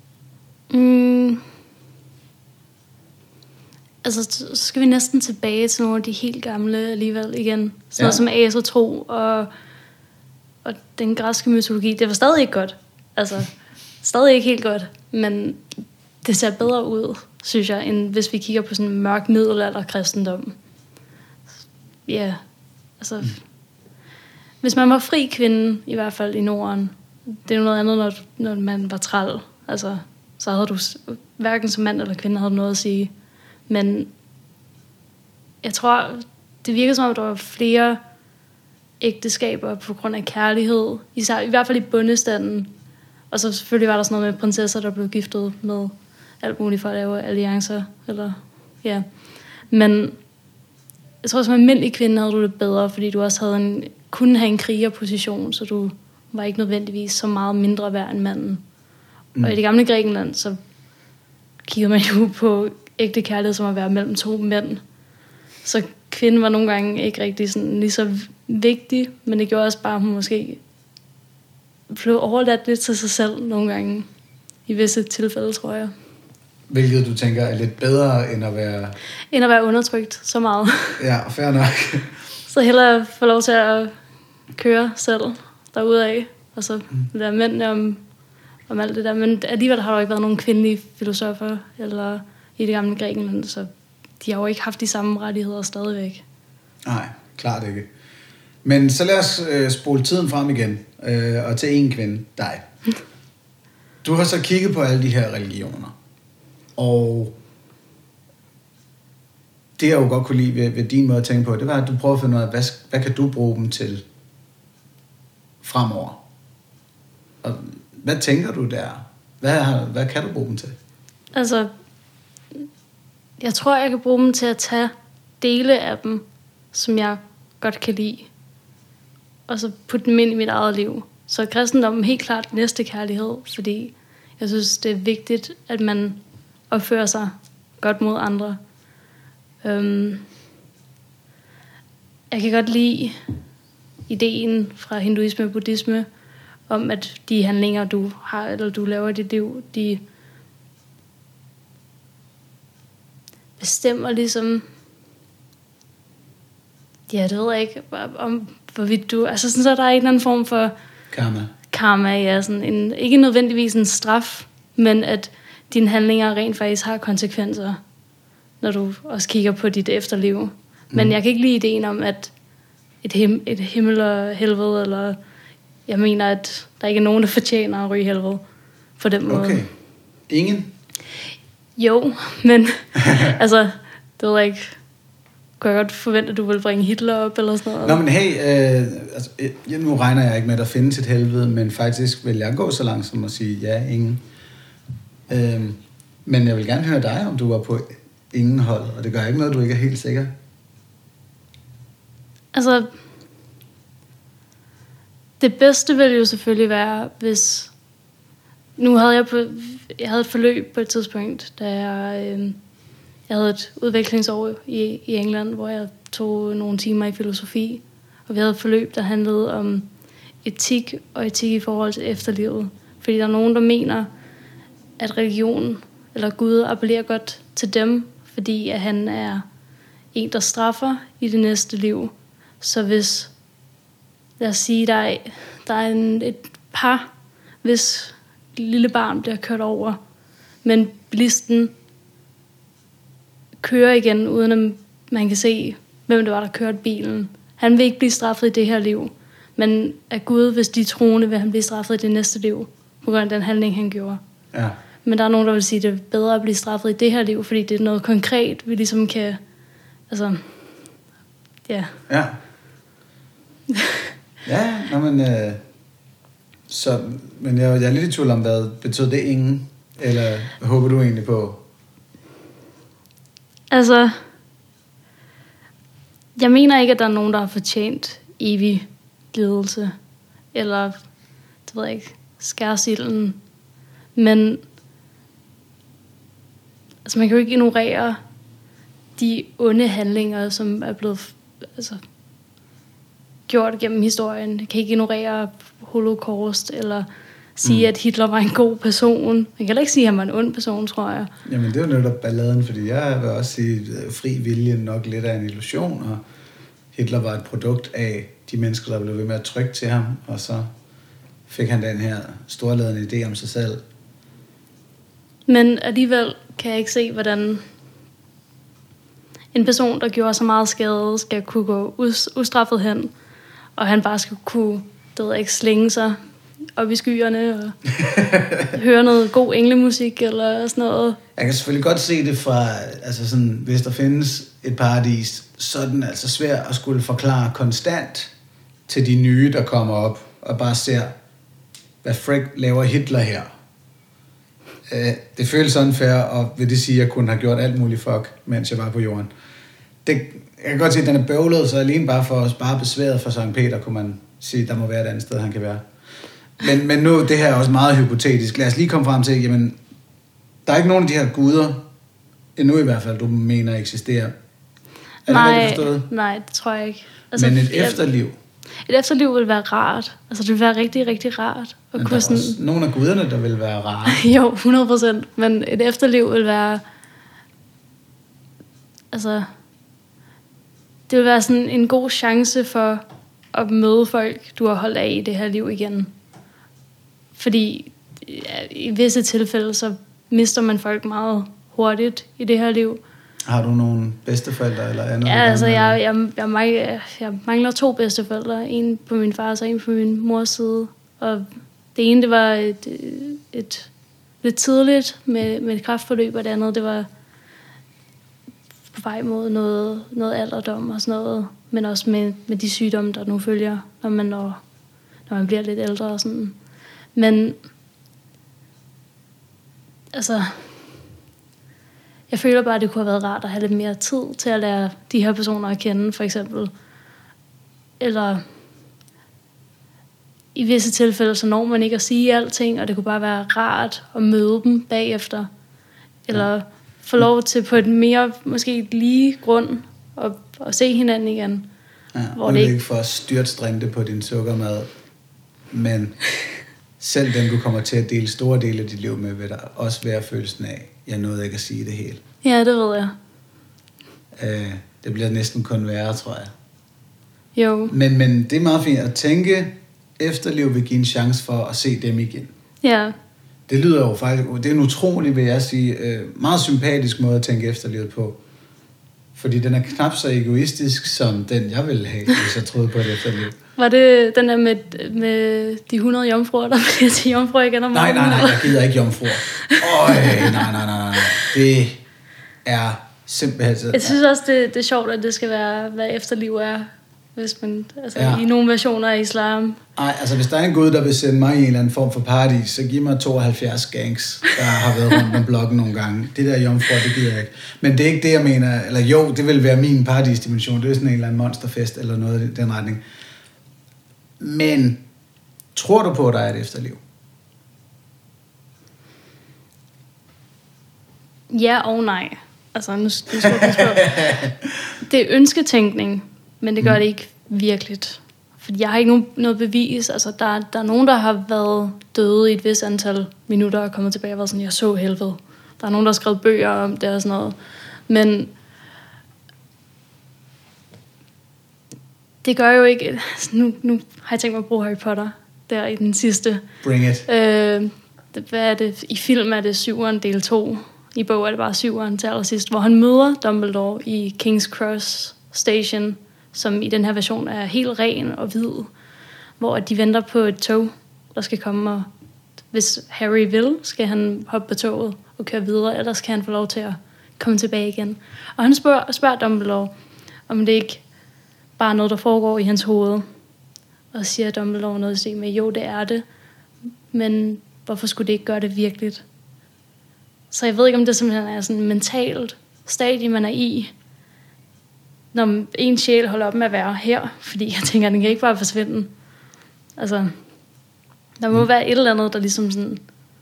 Altså, så skal vi næsten tilbage til nogle af de helt gamle alligevel igen. Sådan noget som asertro og den græske mytologi. Det var stadig ikke godt. Altså, stadig ikke helt godt. Men det ser bedre ud, synes jeg, end hvis vi kigger på sådan en mørk middelalder kristendom. Ja, altså... hvis man var fri kvinde, i hvert fald i Norden, det er jo noget andet, når man var træl. Altså, så havde du hverken som mand eller kvinde havde noget at sige. Men jeg tror, det virker som om, der var flere ægteskaber på grund af kærlighed. Især, i hvert fald i bondestanden. Og så selvfølgelig var der sådan noget med prinsesser, der blev giftet med alt muligt for at lave alliancer. Eller, ja. Men jeg tror, som almindelig kvinde havde du det bedre, fordi du også havde kunne have en krigerposition, så du var ikke nødvendigvis så meget mindre værd end manden. Og i det gamle Grækenland, så kigger man jo på ægte kærlighed som at være mellem to mænd. Så kvinden var nogle gange ikke rigtig sådan lige så vigtig, men det gjorde også bare, at hun måske blev overladt lidt til sig selv nogle gange. I visse tilfælde, tror jeg. Hvilket du tænker er lidt bedre end at være... End at være undertrykt så meget. Ja, fair nok. Så hellere få lov til at køre selv derudaf, og så lære mændene om alt det der. Men alligevel har der ikke været nogen kvindelige filosofer eller i det gamle Grækenland, så de har jo ikke haft de samme rettigheder stadigvæk. Nej, klart ikke. Men så lad os spole tiden frem igen, og til en kvinde, dig. Du har så kigget på alle de her religioner, og det jeg jo godt kunne lide ved din måde at tænke på, det var, at du prøver at finde ud af, hvad kan du bruge dem til fremover? Og hvad tænker du der? Hvad kan du bruge dem til? Altså, jeg tror, jeg kan bruge dem til at tage dele af dem, som jeg godt kan lide, og så putte dem ind i mit eget liv. Så kristendommen er helt klart næste kærlighed, fordi jeg synes, det er vigtigt, at man opfører sig godt mod andre. Jeg kan godt lide ideen fra hinduisme og buddhisme, om at de handlinger, du har, eller du laver i dit liv, de bestemmer ligesom, ja, det ved jeg ikke, om hvorvidt du, altså sådan, så der er en eller anden form for karma, ja, sådan ikke nødvendigvis en straf, men at dine handlinger rent faktisk har konsekvenser, når du også kigger på dit efterliv. Men jeg kan ikke lide ideen om, at et himmel og helvede, eller jeg mener, at der ikke er nogen, der fortjener at ryge i helvede på den måde. Okay. Ingen? Jo, men altså, det ved jeg ikke. Kunne jeg godt forvente, at du vil bringe Hitler op, eller sådan noget? Nå, men hey, altså, nu regner jeg ikke med, at der findes et helvede, men faktisk vil jeg gå så langt som at sige, ja, ingen. Men jeg vil gerne høre dig, om du var på ingen hold, og det gør ikke noget, du ikke er helt sikker. Altså, det bedste ville jo selvfølgelig være, hvis... Nu havde jeg havde et forløb på et tidspunkt, da jeg havde et udvekslingsår i England, hvor jeg tog nogle timer i filosofi, og vi havde et forløb, der handlede om etik og etik i forhold til efterlivet. Fordi der er nogen, der mener, at religion eller Gud appellerer godt til dem, fordi at han er en, der straffer i det næste liv. Så hvis, lad os sige, der er et par, hvis lille barn bliver kørt over, men bilisten kører igen, uden at man kan se, hvem det var, der kørte bilen. Han vil ikke blive straffet i det her liv, men af Gud, hvis de er troende, vil han blive straffet i det næste liv, på grund af den handling, han gjorde. Ja. Men der er nogen, der vil sige, at det er bedre at blive straffet i det her liv, fordi det er noget konkret, vi ligesom kan, altså, ja. Ja. Ja, nå, men men jeg er lidt i tvivl om, hvad betød det ingen? Eller håber du egentlig på? Altså, jeg mener ikke, at der er nogen, der har fortjent evig lidelse. Eller, det ved jeg ikke, skærsilden. Men, altså man kan jo ikke ignorere de onde handlinger, som er blevet gjort gennem historien. Jeg kan ikke ignorere Holocaust, eller sige, at Hitler var en god person. Man kan heller ikke sige, at han var en ond person, tror jeg. Jamen, det er jo netop balladen, fordi jeg vil også sige, at fri vilje nok lidt af en illusion, og Hitler var et produkt af de mennesker, der blev ved med at trykke til ham, og så fik han den her storladende idé om sig selv. Men alligevel kan jeg ikke se, hvordan en person, der gjorde så meget skade, skal kunne gå ustraffet hen. og han bare skulle kunne, det ved jeg ikke, slænge sig op i skyerne og høre noget god englemusik eller sådan noget. Jeg kan selvfølgelig godt se det fra, altså sådan, hvis der findes et paradis, så er den altså svær at skulle forklare konstant til de nye, der kommer op og bare ser, hvad frick laver Hitler her. Det føles unfair, og vil det sige, at jeg kunne have gjort alt muligt fuck, mens jeg var på jorden. Jeg kan godt se, at den er bøvlet, så alene bare for at spare besværet for Sankt Peter, kunne man sige, at der må være et andet sted, han kan være. Men nu, det her er også meget hypotetisk. Lad os lige komme frem til, jamen, der er ikke nogen af de her guder, endnu i hvert fald, du mener eksisterer. Er det rigtigt forstået? Nej, det tror jeg ikke. Altså, men et efterliv? Et efterliv vil være rart. Altså, det vil være rigtig, rigtig rart. Men der er sådan... også nogle af guderne, der vil være rare. Jo, 100%. Men et efterliv vil være... Altså... Det vil være sådan en god chance for at møde folk, du har holdt af i det her liv igen. Fordi i visse tilfælde, så mister man folk meget hurtigt i det her liv. Har du nogle bedsteforældre eller andet? Ja, altså jeg mangler 2 bedsteforældre. En på min fars og en på min mors side. Og det ene, det var et lidt tidligt med et kræftforløb, og det andet, det var på vej mod noget alderdom og sådan noget. Men også med de sygdomme, der nu følger, når man bliver lidt ældre og sådan. Men altså, jeg føler bare, at det kunne have været rart at have lidt mere tid til at lære de her personer at kende, for eksempel. Eller i visse tilfælde, så når man ikke at sige alting, og det kunne bare være rart at møde dem bagefter. Eller få lov til på et mere, måske lige grund, at se hinanden igen. Ja, hvor det ikke for at styrtstrinde på din sukkermad, men selv den, du kommer til at dele store dele af dit liv med, vil der også være følelsen af, jeg nåede ikke at sige det hele. Ja, det ved jeg. Det bliver næsten kun værre, tror jeg. Jo. Men det er meget fint at tænke, efterliv vil give en chance for at se dem igen. Ja. Det lyder jo faktisk, det er en utrolig, vil jeg sige, meget sympatisk måde at tænke efterlivet på. Fordi den er knap så egoistisk, som den jeg ville have, hvis jeg troede på det efterliv. Var det den der med de 100 jomfruer, der bliver til jomfruer igen om morgenen? Nej, jeg gider ikke jomfruer. Nej. Det er simpelthen... Jeg synes også, det er sjovt, at det skal være, hvad efterliv er, hvis man, altså i nogle versioner af islam. Nej, altså hvis der er en gud, der vil sende mig i en eller anden form for paradis, så giv mig 72 gangs, der har været rundt om blokken nogle gange. Det der jomfruer, det gider jeg ikke. Men det er ikke det, jeg mener. Eller jo, det vil være min paradisdimension. Det er sådan en eller anden monsterfest eller noget i den retning. Men tror du på, at der er et efterliv? Ja og nej. Altså, nu skal jeg passe på. Det er ønsketænkning, men det gør det ikke virkeligt. Fordi jeg har ikke noget bevis. Altså, der er nogen, der har været døde i et vist antal minutter og kommet tilbage og været sådan, jeg så helvede. Der er nogen, der har skrevet bøger om det og sådan noget. Men det gør jo ikke... Nu har jeg tænkt mig at bruge Harry Potter der i den sidste. Bring it. Hvad er det? I film er det 7'eren del 2. I bog er det bare 7'eren til allersidst, hvor han møder Dumbledore i King's Cross Station, som i den her version er helt ren og hvid, hvor de venter på et tog, der skal komme, og hvis Harry vil, skal han hoppe på toget og køre videre, ellers kan han få lov til at komme tilbage igen. Og han spørger Dumbledore, om det ikke bare er noget, der foregår i hans hoved, og siger Dumbledore noget i stil med, jo, det er det, men hvorfor skulle det ikke gøre det virkeligt? Så jeg ved ikke, om det simpelthen er sådan et mentalt stadie, man er i, når en sjæl holder op med at være her, fordi jeg tænker, at den kan ikke bare forsvinde. Altså, der må være et eller andet, der ligesom sådan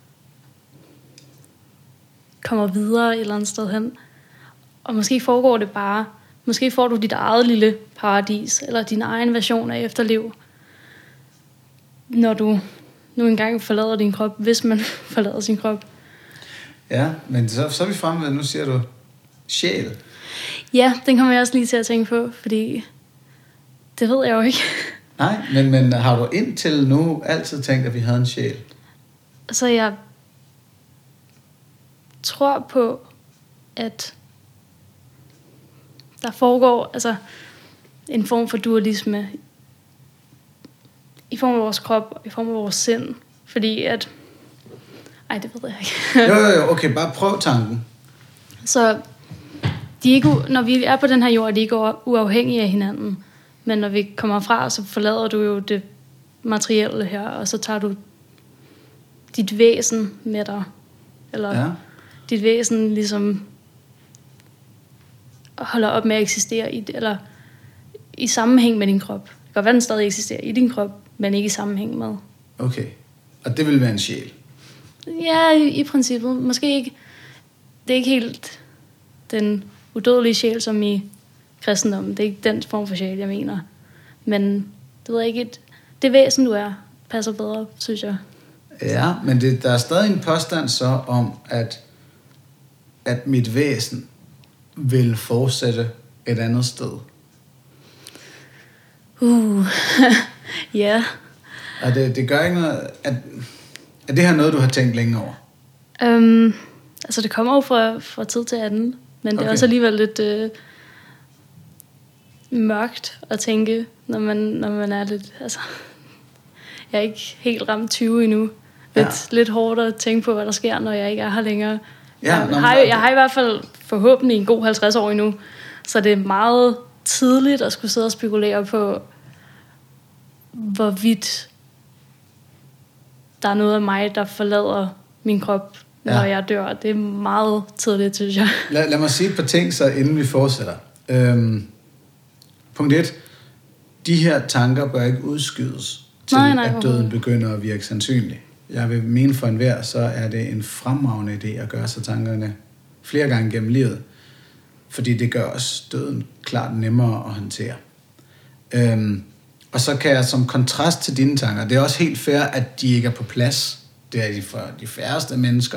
kommer videre et eller andet sted hen. Og måske foregår det bare, måske får du dit eget lille paradis, eller din egen version af efterliv, når du nu engang forlader din krop, hvis man forlader sin krop. Ja, men så er vi fremme ved, nu siger du sjæl. Ja, den kommer jeg også lige til at tænke på, fordi det ved jeg jo ikke. Nej, men har du indtil nu altid tænkt, at vi havde en sjæl? Altså, jeg tror på, at der foregår en form for dualisme i form af vores krop, og i form af vores sind. Fordi at... Ej, det ved jeg ikke. jo, okay, bare prøv tanken. Så de er ikke, når vi er på den her jord, er de ikke uafhængige af hinanden. Men når vi kommer fra, så forlader du jo det materielle her, og så tager du dit væsen med dig. Eller dit væsen ligesom holder op med at eksistere i, eller i sammenhæng med din krop. Det kan godt være, den stadig eksisterer i din krop, men ikke i sammenhæng med. Okay, og det vil være en sjæl? Ja, i princippet. Måske ikke. Det er ikke helt den udødelige sjæl, som i kristendommen. Det er ikke den form for sjæl, jeg mener. Men det ved jeg ikke. Det væsen, du er, passer bedre, synes jeg. Ja, men der er stadig en påstand så om, at mit væsen vil fortsætte et andet sted. Ja. Og det gør ikke noget... Er det her noget, du har tænkt længe over? Altså, det kommer jo fra tid til anden. Men det er også alligevel lidt mørkt at tænke, når man er lidt... Altså, jeg er ikke helt ramt 20 endnu. Lidt hårdt at tænke på, hvad der sker, når jeg ikke er her længere. Jeg har i hvert fald forhåbentlig en god 50 år endnu. Så det er meget tidligt at skulle sidde og spekulere på, hvorvidt der er noget af mig, der forlader min krop, når jeg dør. Det er meget tidligt, synes jeg. Lad mig sige et par ting, så inden vi fortsætter. Punkt 1. De her tanker bør ikke udskydes til, at døden begynder at virke sandsynlig. Jeg vil mene for enhver, så er det en fremragende idé at gøre sig tankerne flere gange gennem livet. Fordi det gør også døden klart nemmere at håndtere. Og så kan jeg som kontrast til dine tanker, det er også helt fair, at de ikke er på plads. Det er de for de færreste mennesker.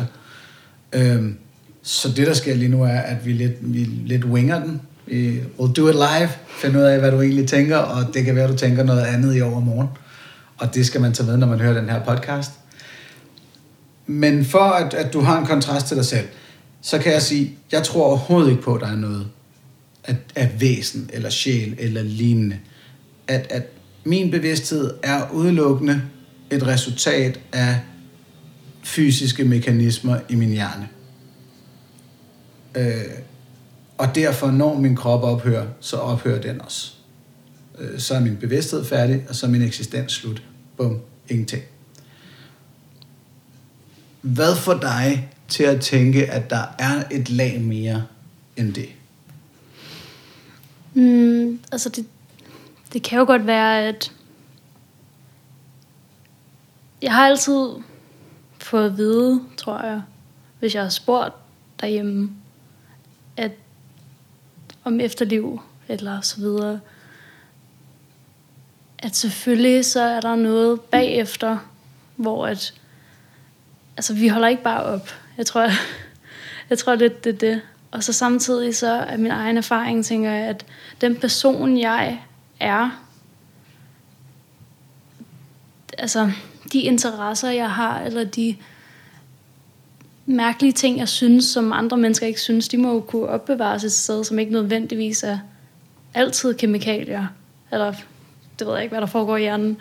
Så det, der sker lige nu, er, at vi lidt winger den. Vi will do it live. Find ud af, hvad du egentlig tænker, og det kan være, at du tænker noget andet i overmorgen. Og det skal man tage med, når man hører den her podcast. Men for at du har en kontrast til dig selv, så kan jeg sige, jeg tror overhovedet ikke på, at der er noget af væsen, eller sjæl, eller lignende. At min bevidsthed er udelukkende et resultat af fysiske mekanismer i min hjerne. Og derfor, når min krop ophører, så ophører den også. Så er min bevidsthed færdig, og så er min eksistens slut. Bum, ingenting. Hvad får dig til at tænke, at der er et lag mere end det? Altså det kan jo godt være, at jeg har altid fået at vide, tror jeg, hvis jeg har spurgt derhjemme, at om efterliv eller så videre, at selvfølgelig så er der noget bagefter, hvor at altså vi holder ikke bare op. Jeg tror lidt det er det. Og så samtidig så er min egen erfaring, tænker jeg, at den person jeg er, altså de interesser jeg har, eller de mærkelige ting jeg synes, som andre mennesker ikke synes, de må jo kunne opbevares et sted, som ikke nødvendigvis er altid kemikalier, eller det ved jeg ikke, hvad der foregår i hjernen.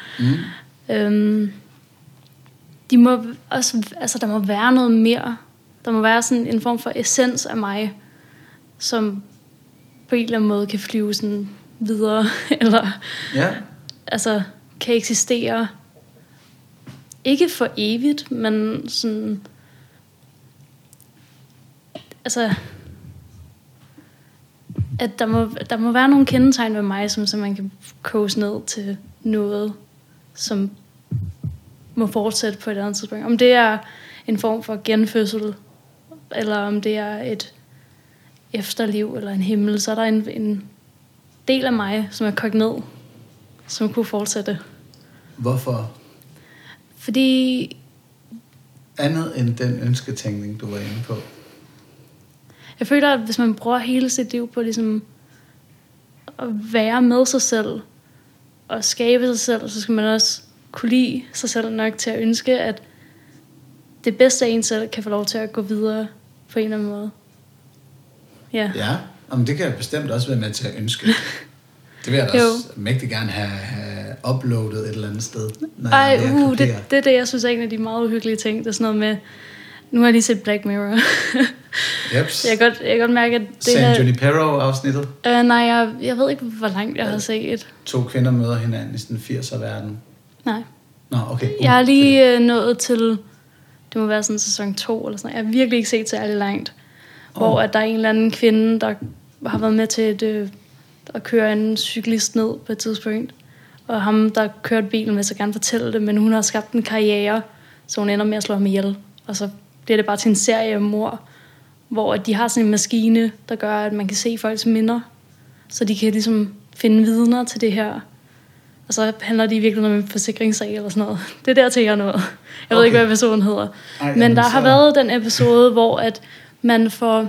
De må også, altså der må være noget mere. Der må være sådan en form for essens af mig, som på en eller anden måde kan flyve sådan videre, eller altså kan eksistere, ikke for evigt, men sådan, altså, at der må være nogle kendetegn ved mig, som man kan kose ned til noget, som må fortsætte på et andet tidspunkt. Om det er en form for genfødsel, eller om det er et efterliv, eller en himmel, så er der en del af mig, som er kogt ned, som kunne fortsætte. Hvorfor? Fordi andet end den ønsketænkning, du var inde på. Jeg føler, at hvis man bruger hele sit liv på ligesom at være med sig selv og skabe sig selv, så skal man også kunne lide sig selv nok til at ønske, at det bedste af en selv kan få lov til at gå videre på en eller anden måde. Ja. Ja, men det kan jeg bestemt også være med til at ønske. Det vil jeg da også mægtig gerne have uploadet et eller andet sted. Det er det, jeg synes er en af de meget uhyggelige ting. Det er sådan noget med, nu har jeg lige set Black Mirror. Jeps. Jeg kan godt mærke, at det San Junipero-afsnittet? Nej, jeg ved ikke, hvor langt jeg har set. 2 kvinder møder hinanden i sådan 80'er-verden. Nej. Nå, okay. Jeg har lige nået til, det må være sådan sæson 2 eller sådan noget. Jeg har virkelig ikke set særlig langt. Hvor at der er en eller anden kvinde, der har været med til at køre en cyklist ned på et tidspunkt. Og ham, der kørte bilen, vil så gerne fortælle det, men hun har skabt en karriere, så hun ender med at slå ham ihjel. Og så bliver det bare til en serie om mord, hvor de har sådan en maskine, der gør, at man kan se folks minder, så de kan ligesom finde vidner til det her. Og så handler det i virkeligheden om en forsikringssag eller sådan noget. Det er der til jeg noget. Jeg ved ikke, hvad episoden hedder. Men der har været den episode, hvor at man får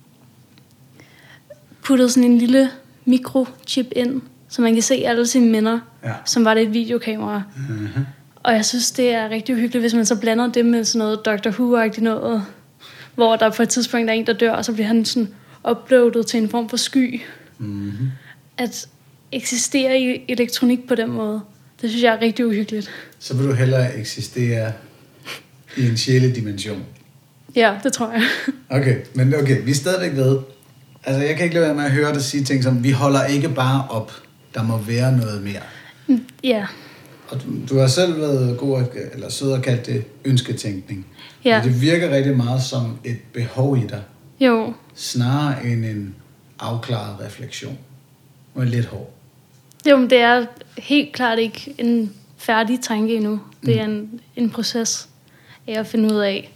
puttet sådan en lille mikrochip ind, så man kan se alle sine minder, som var det et videokamera. Mm-hmm. Og jeg synes, det er rigtig uhyggeligt, hvis man så blander det med sådan noget Dr. Who-agtigt noget, hvor der på et tidspunkt er en, der dør, og så bliver han sådan uploadet til en form for sky. Mm-hmm. At eksistere i elektronik på den måde, det synes jeg er rigtig uhyggeligt. Så vil du hellere eksistere i en sjæledimension? Ja, det tror jeg. Okay, men okay, vi er stadigvæk ved. Altså, jeg kan ikke lade være med at høre dig sige ting som, vi holder ikke bare op, der må være noget mere. Ja. Og du har selv været god eller sød at kalde det ønsketænkning. Ja. Det virker rigtig meget som et behov i dig. Jo. Snarere end en afklaret refleksion. Og lidt hård. Jo, men det er helt klart ikke en færdig tanke endnu. Det er en proces af at finde ud af,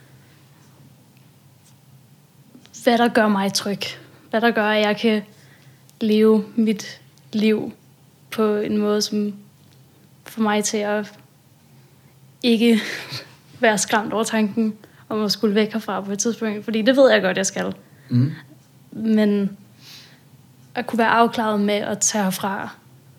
hvad der gør mig tryg. Hvad der gør, at jeg kan leve mit liv på en måde, som får mig til at ikke være skræmt over tanken om at skulle væk herfra på et tidspunkt. Fordi det ved jeg godt, jeg skal. Mm. Men at kunne være afklaret med at tage herfra.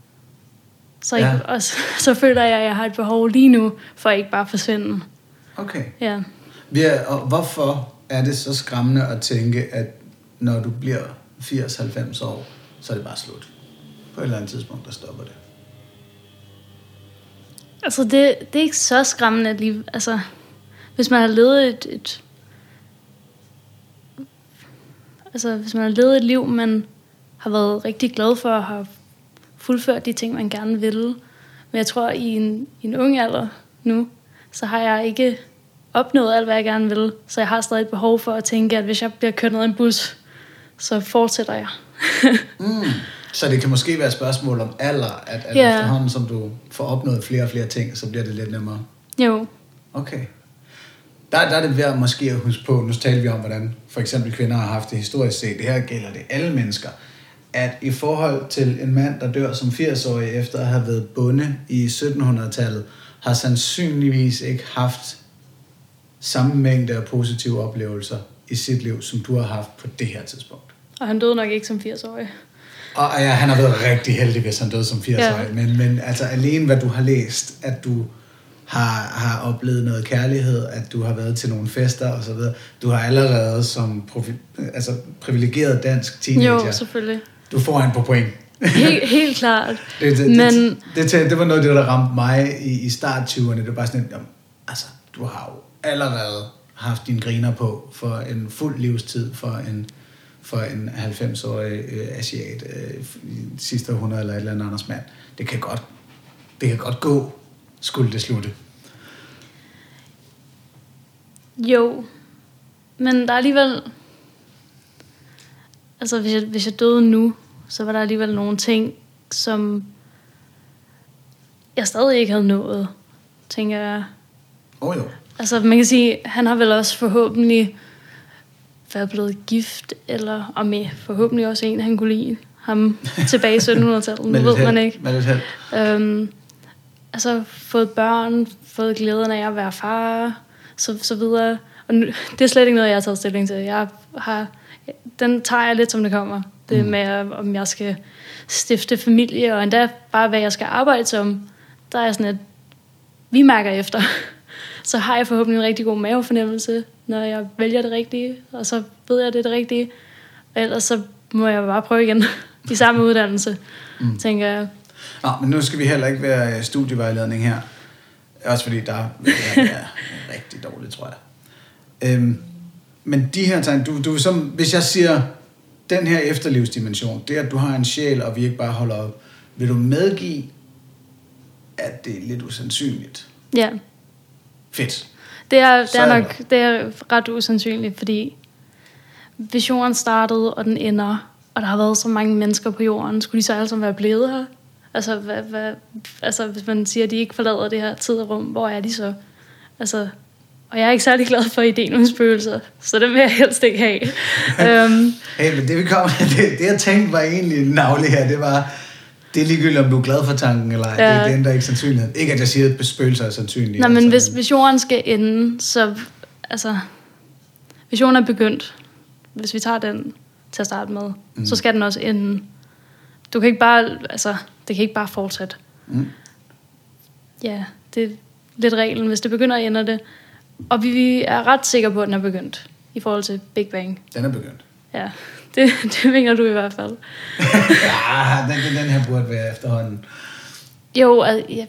Så føler jeg, at jeg har et behov lige nu, for at ikke bare forsvinde. Okay. Ja. Og hvorfor er det så skræmmende at tænke, at når du bliver 80-90 år, så er det bare slut? På et eller andet tidspunkt, der stopper det. Altså, det er ikke så skræmmende at lige... Altså, hvis man har levet hvis man har levet et liv, man har været rigtig glad for at have fuldført de ting, man gerne ville. Men jeg tror, i en ung alder nu, så har jeg ikke opnået alt, hvad jeg gerne vil. Så jeg har stadig et behov for at tænke, at hvis jeg bliver kørt ned af en bus, så fortsætter jeg. Så det kan måske være et spørgsmål om alder, at efterhånden, som du får opnået flere og flere ting, så bliver det lidt nemmere. Jo. Okay. Der er det værd måske at huske på, nu taler vi om, hvordan for eksempel kvinder har haft det historisk set. Det her gælder det alle mennesker. At i forhold til en mand, der dør som 80-årig efter at have været bonde i 1700-tallet, har sandsynligvis ikke haft samme mængde af positive oplevelser i sit liv, som du har haft på det her tidspunkt. Og han døde nok ikke som 80-årig. Og ja, han har været rigtig heldig, hvis han døde som 80-årig. Ja. Men altså alene, hvad du har læst, at du har oplevet noget kærlighed, at du har været til nogle fester og så videre. Du har allerede som privilegeret dansk teenager. Jo, selvfølgelig. Du får han på point. Helt klart. Det var noget af det, der ramte mig i start 20'erne. Det var bare sådan, du har jo allerede haft dine griner på for en fuld livstid for en 90-årig asiat i sidste århundrede eller et eller andet Anders mand. Det kan godt gå, skulle det slutte. Jo, men der er alligevel... Altså, hvis jeg døde nu, så var der alligevel nogle ting, som jeg stadig ikke havde nået, tænker jeg. Jo. Altså, man kan sige, han har vel også forhåbentlig været blevet gift, eller og med forhåbentlig også en, han kunne lide ham tilbage i 1700-tallet. Nu ved man ikke. Altså, fået børn, fået glæden af at være far, så videre. Og nu, det er slet ikke noget, jeg har taget stilling til. Den tager jeg lidt, som det kommer. Det med, om jeg skal stifte familie, og endda bare, hvad jeg skal arbejde som. Der er sådan, at vi mærker efter. Så har jeg forhåbentlig en rigtig god mavefornemmelse, når jeg vælger det rigtige, og så ved jeg, det er det rigtige. Og ellers så må jeg bare prøve igen. i samme uddannelse, tænker jeg. Nå, men nu skal vi heller ikke være studievejledning her. Også fordi der er rigtig dårligt, tror jeg. Men de her tegn, du som, hvis jeg siger, den her efterlivsdimension, det er, at du har en sjæl, og vi ikke bare holder op. Vil du medgive, at det er lidt usandsynligt? Ja. Fedt. Det er ret usandsynligt, fordi hvis jorden startede, og den ender, og der har været så mange mennesker på jorden, skulle de så alle sammen være blevet her? Altså, hvis man siger, at de ikke forlader det her tid og rum, hvor er de så? Altså, og jeg er ikke særlig glad for ideen om spøgelser, så det vil jeg helst ikke have. Hey, men det jeg tænkte var egentlig navle her, det er ligegyldigt, om du er glad for tanken eller ej. Ja. Det ændrer ikke sandsynligheden. Ikke at jeg siger, at spøgelser er sandsynlige. Nej, men hvis jorden skal ende, så altså, hvis jorden er begyndt, hvis vi tager den til at starte med, så skal den også ende. Du kan ikke bare, altså, det kan ikke bare fortsætte. Ja, det er lidt reglen. Hvis det begynder, ender det. Og vi er ret sikre på, at den er begyndt i forhold til Big Bang. Den er begyndt. Ja, det mener du i hvert fald. Ja, den her burde være efterhånden. Jo,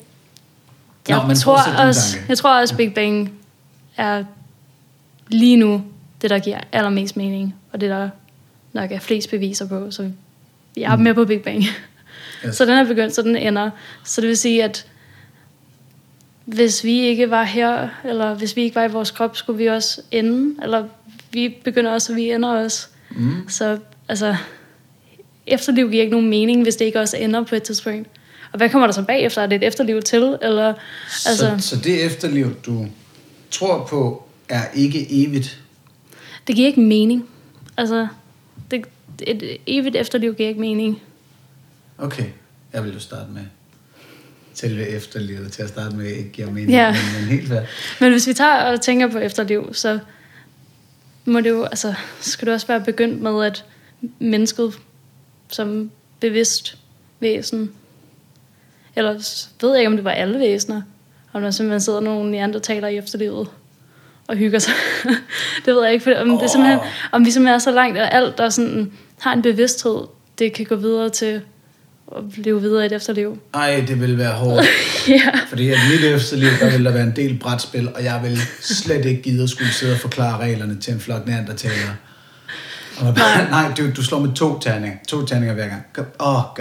jeg tror også, Big Bang er lige nu det, der giver allermest mening, og det, der nok er flest beviser på. Så jeg er med på Big Bang. Yes. Så den er begyndt, så den ender. Så det vil sige, at hvis vi ikke var her, eller hvis vi ikke var i vores krop, skulle vi også ende, eller vi begynder også, og vi ender også. Så altså, efterliv giver ikke nogen mening, hvis det ikke også ender på et tidspunkt. Og hvad kommer der så bagefter? Er det et efterliv til? Eller, altså, så det efterliv, du tror på, er ikke evigt? Det giver ikke mening. Altså, et evigt efterliv giver ikke mening. Okay, jeg vil jo starte med selve efterlivet til at starte med ikke giver mening, men helt fair. Men hvis vi tager og tænker på efterliv, så må det jo, altså, skal det også være begyndt med, at mennesket som bevidst væsen, eller ved jeg ikke, om det var alle væsener, om der simpelthen sidder nogle neandertalere i efterlivet og hygger sig. Det ved jeg ikke, for om det simpelthen, om vi simpelthen er så langt, at alt, der sådan har en bevidsthed, det kan gå videre til at leve videre i et efterliv. Ej, det vil være hårdt. Ja. Fordi at mit efterliv, der vil der være en del brætspil, og jeg vil slet ikke gide at skulle sidde og forklare reglerne til en flok neandertalere. Nej, du slår med 2 terninger. 2 terninger hver gang. God.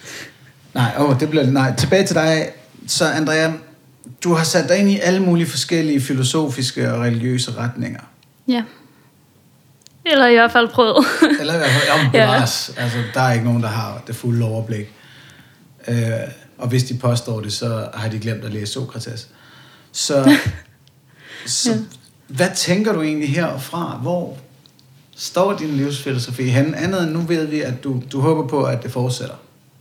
Nej, tilbage til dig. Så Andrea, du har sat dig ind i alle mulige forskellige filosofiske og religiøse retninger. Ja. Eller i hvert fald prøvet. Eller i hvert fald, bevares. Altså, der er ikke nogen, der har det fulde overblik. Og hvis de påstår det, så har de glemt at læse Sokrates. Så hvad tænker du egentlig herfra? Hvor står din livsfilosofi hen? Andet end nu ved vi, at du håber på, at det fortsætter.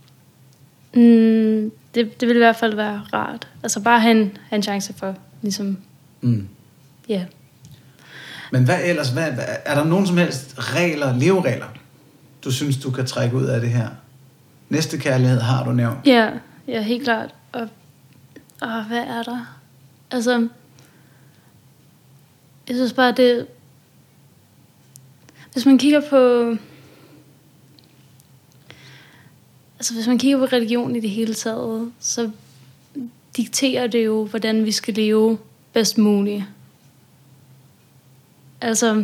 Det vil i hvert fald være rart. Altså bare have en chance for, ligesom... Ja. Men hvad ellers? Er der nogen som helst leveregler, du synes, du kan trække ud af det her? Næstekærlighed har du nævnt. Ja, helt klart. Og hvad er der? Altså, jeg synes bare, det... Hvis man kigger på... Altså, hvis man kigger på religion i det hele taget, så dikterer det jo, hvordan vi skal leve bedst muligt. Altså,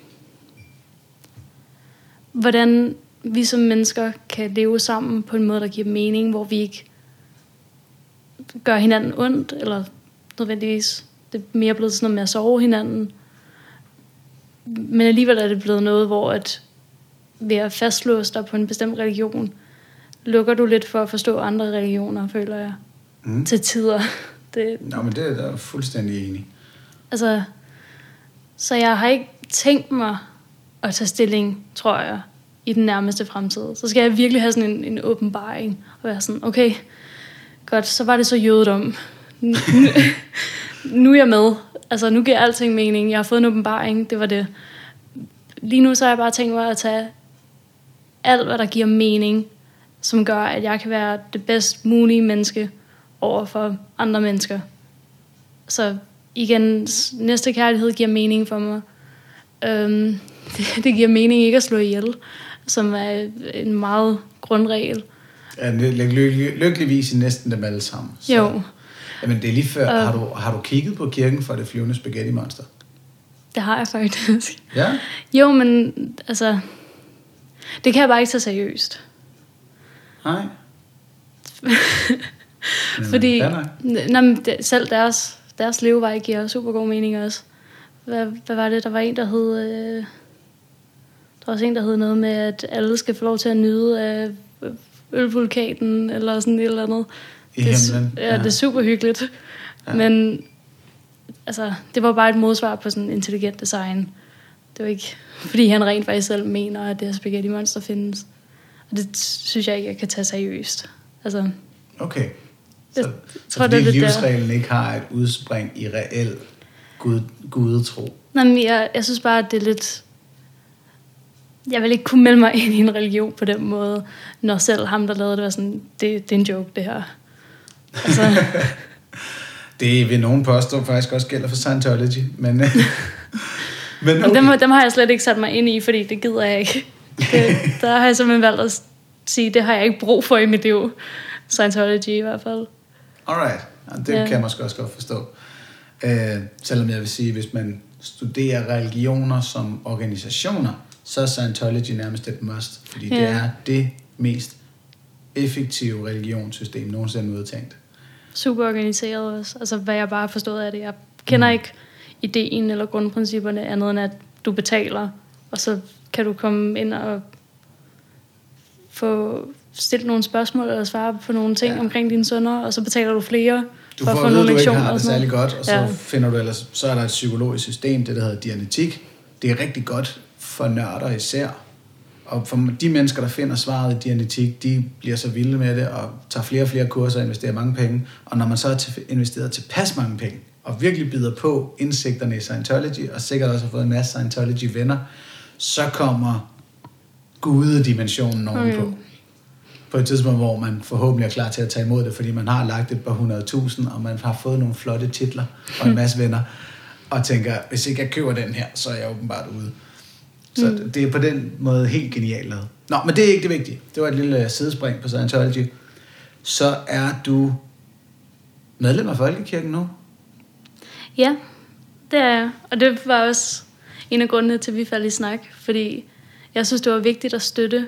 hvordan vi som mennesker kan leve sammen på en måde, der giver mening, hvor vi ikke gør hinanden ondt, eller nødvendigvis, det er mere blevet sådan noget med at sove hinanden. Men alligevel er det blevet noget, hvor at ved at fastlåse dig på en bestemt religion, lukker du lidt for at forstå andre religioner, føler jeg, til tider. Nå, men det er da fuldstændig enig. Altså, så jeg har ikke tænkt mig at tage stilling, tror jeg, i den nærmeste fremtid. Så skal jeg virkelig have sådan en åbenbaring, og være sådan, okay, godt, så var det så jødedom. Nu er jeg med. Altså, nu giver alting mening. Jeg har fået en åbenbaring, det var det. Lige nu så har jeg bare tænkt mig at tage alt, hvad der giver mening, som gør, at jeg kan være det bedst mulige menneske over for andre mennesker. Så igen, næste kærlighed giver mening for mig. Det giver mening ikke at slå ihjel. som er en meget grundregel. Ja, lykkeligvis i næsten dem alle sammen. Så. Jo. Jamen, det er lige før. Har du kigget på kirken for det flyvende spaghetti monster? Det har jeg faktisk. Ja? Jo, men altså, det kan jeg bare ikke tage seriøst. Nej. Fordi selv deres levevej giver super god mening også. Hvad var det? Der var en, der hed... der var også en, der hed noget med, at alle skal få lov til at nyde af ølvulkanen, eller sådan et eller andet. I himlen. Ja, det er super hyggeligt. Ja. Men altså, det var bare et modsvar på sådan intelligent design. Det var ikke, fordi han rent faktisk selv mener, at det her spaghetti monster findes. Og det synes jeg ikke, jeg kan tage seriøst. Altså, okay. Så fordi det livsreglen ikke har et udspring i reel gudetro. Nej, men jeg synes bare, at det er lidt... Jeg vil ikke kunne melde mig ind i en religion på den måde, når selv ham, der lavede det, var sådan, det er en joke, det her. Altså... Det vil nogen påstå faktisk også gælder for Scientology, men okay. Dem har jeg slet ikke sat mig ind i, fordi det gider jeg ikke. Der har jeg simpelthen valgt at sige, det har jeg ikke brug for i mit liv. Scientology i hvert fald. Alright, ja, det kan jeg måske også godt forstå. Selvom jeg vil sige, hvis man studerer religioner som organisationer, så er Scientology nærmest et must, fordi det er det mest effektive religionssystem nogensinde udtænkt. Super organiseret også. Altså hvad jeg bare har forstået af det. Jeg kender ikke ideen eller grundprincipperne andet end at du betaler, og så kan du komme ind og få stillet nogle spørgsmål eller svare på nogle ting omkring dine sønner, og så betaler du flere for at få nogle lektioner. Du ikke har det særlig godt, og så finder du ellers, så er der et psykologisk system, det der hedder dianetik. Det er rigtig godt for nørder især. Og for de mennesker, der finder svaret i dianetik, de bliver så vilde med det og tager flere og flere kurser og investerer mange penge. Og når man så har investeret tilpas mange penge og virkelig bider på indsigterne i Scientology, og sikkert også har fået en masse Scientology-venner, så kommer gudedimensionen ovenpå. På et tidspunkt, hvor man forhåbentlig er klar til at tage imod det, fordi man har lagt et par 100.000, og man har fået nogle flotte titler og en masse venner, og tænker, hvis ikke jeg køber den her, så er jeg åbenbart ude. Så det er på den måde helt genialt lavet. Nå, men det er ikke det vigtige. Det var et lille sidespring på Scientology. Så er du medlem af Folkekirken nu? Ja, det er jeg. Og det var også en af grundene til, at vi faldt i snak. Fordi jeg synes, det var vigtigt at støtte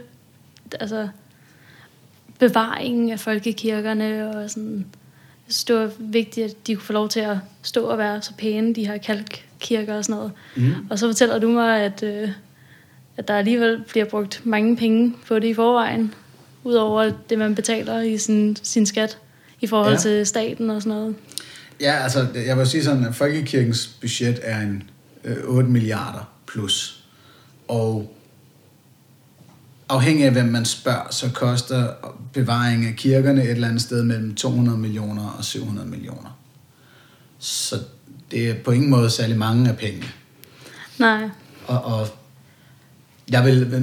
bevaringen af folkekirkerne. Og sådan. Jeg synes, det var vigtigt, at de kunne få lov til at stå og være så pæne, de her kalkkirker og sådan noget. Og så fortæller du mig, at der alligevel bliver brugt mange penge på det i forvejen, udover det, man betaler i sin skat i forhold til staten og sådan noget. Ja, altså, jeg vil sige sådan, at Folkekirkens budget er en 8 milliarder plus. Og afhængig af, hvem man spørger, så koster bevaring af kirkerne et eller andet sted mellem 200 millioner og 700 millioner. Så det er på ingen måde særlig mange af pengene. Nej. Og jeg vil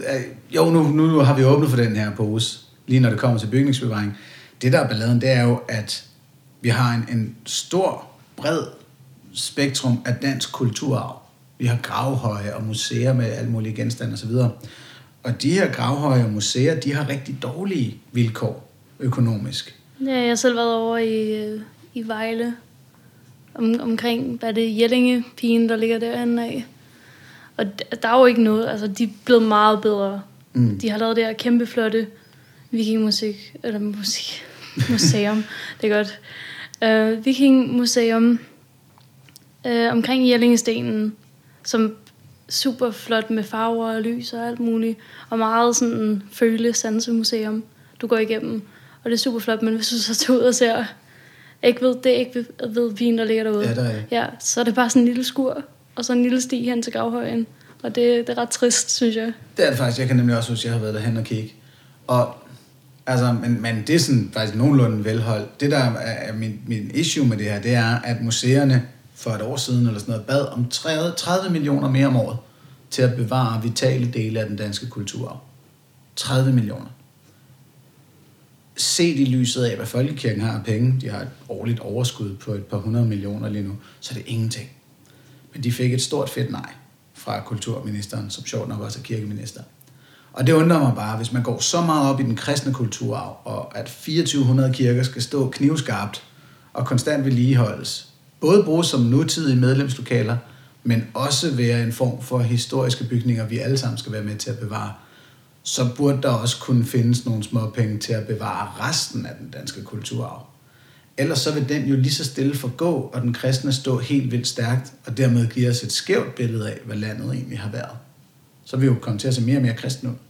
nu har vi åbnet for den her pose, lige når det kommer til bygningsbevaring. Det der er balladen, det er jo, at vi har en stor, bred spektrum af dansk kulturarv. Vi har gravhøje og museer med alle mulige genstande osv. Og de her gravhøje og museer, de har rigtig dårlige vilkår økonomisk. Ja, jeg har selv været over i Vejle, omkring, hvad det er, Jellingepigen, der ligger derinde af. Og der er jo ikke noget, altså de er blevet meget bedre. De har lavet det her kæmpe flotte vikingmusik, eller museum, det er godt. Vikingmuseum omkring Jellingestenen, som super flot med farver og lys og alt muligt, og meget sådan føle-sanse-museum, du går igennem, og det er super flot, men hvis du så tager ud og ser, ikke ved pigen, der ligger derude, så er det bare sådan en lille skur, og så en lille sti hen til gravhøjen, og det er ret trist, synes jeg. Det er det faktisk, jeg kan nemlig også huske, jeg har været derhen og kigge, og altså, men det er sådan faktisk nogenlunde velholdt. Det der er min issue med det her, det er, at museerne for et år siden eller sådan noget, bad om 30 millioner mere om året til at bevare vitale dele af den danske kulturarv. 30 millioner. Set i lyset af, hvad Folkekirken har af penge, de har et årligt overskud på et par 100 millioner lige nu, så er det ingenting. Men de fik et stort fedt nej fra kulturministeren, som sjovt nok også er kirkeminister. Og det undrer mig bare, hvis man går så meget op i den kristne kulturarv, og at 2400 kirker skal stå knivskarpt og konstant vedligeholdes, både bruges som nutidige medlemslokaler, men også være en form for historiske bygninger, vi alle sammen skal være med til at bevare, så burde der også kunne findes nogle små penge til at bevare resten af den danske kulturarv. Ellers så vil den jo lige så stille forgå, og den kristne stå helt vildt stærkt, og dermed give os et skævt billede af, hvad landet egentlig har været. Så vil vi jo komme til at se mere og mere kristne ud.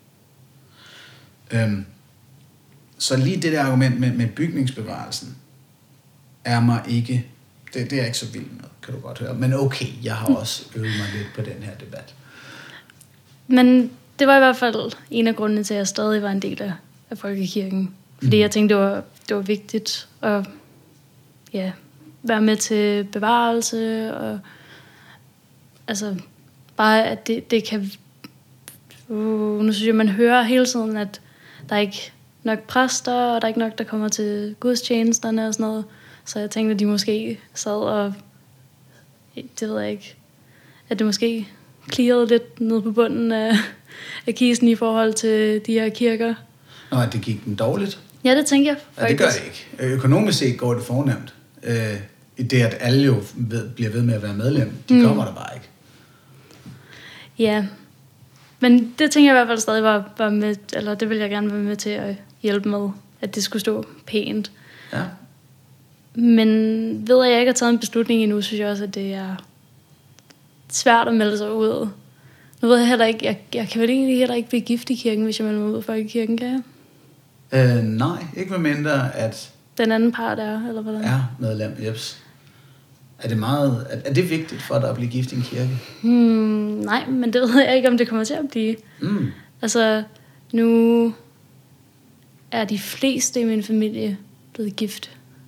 Så lige det der argument med bygningsbevarelsen, er mig ikke, det er jeg ikke så vild med, kan du godt høre. Men okay, jeg har også øvet mig lidt på den her debat. Men det var i hvert fald en af grundene til, at jeg stadig var en del af folkekirken. Fordi jeg tænkte, det var vigtigt at være med til bevarelse, og altså bare, at det kan... nu synes jeg, man hører hele tiden, at der er ikke nok præster, og der er ikke nok, der kommer til gudstjenesterne og sådan noget. Så jeg tænkte, at de måske sad og... Det ved jeg ikke. At det måske klirrede lidt ned på bunden af kisten i forhold til de her kirker. Nå, at det gik den dårligt? Ja, det tænker jeg faktisk. Ja, det gør det ikke. Økonomisk set går det fornemt. I det, at alle jo bliver ved med at være medlem. De kommer der bare ikke. Ja, men det tænker jeg i hvert fald stadig var med, eller det vil jeg gerne være med til at hjælpe med, at det skulle stå pænt. Ja. Men ved at jeg ikke har taget en beslutning endnu, synes jeg også, at det er svært at melde sig ud. Nu ved jeg heller ikke, jeg kan vel egentlig heller ikke blive gift i kirken, hvis jeg melder mig ud af folkekirken, kan jeg? Nej, ikke med mindre, at den anden part er, eller hvordan? Ja, medlem, jeps. Er det vigtigt for dig at blive gift i en kirke? Nej, men det ved jeg ikke, om det kommer til at blive. Altså, nu er de fleste i min familie blevet gift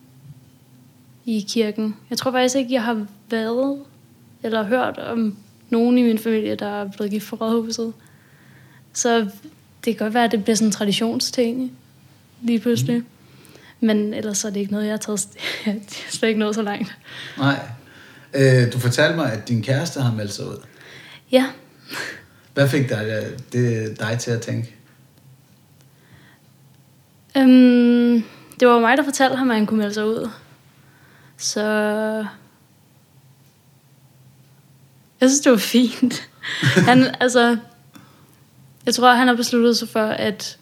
i kirken. Jeg tror faktisk ikke, jeg har været eller hørt om nogen i min familie, der er blevet gift for rådhuset. Så det kan godt være, at det bliver sådan en traditionsting lige pludselig. Men ellers er det ikke noget, jeg har taget. Jeg er slet ikke nået så langt. Nej. Du fortalte mig, at din kæreste har meldt sig ud. Ja. Hvad fik dig til at tænke? Det var mig, der fortalte ham, at han kunne melde sig ud. Så jeg synes, det var fint. Jeg tror, han har besluttet sig for, at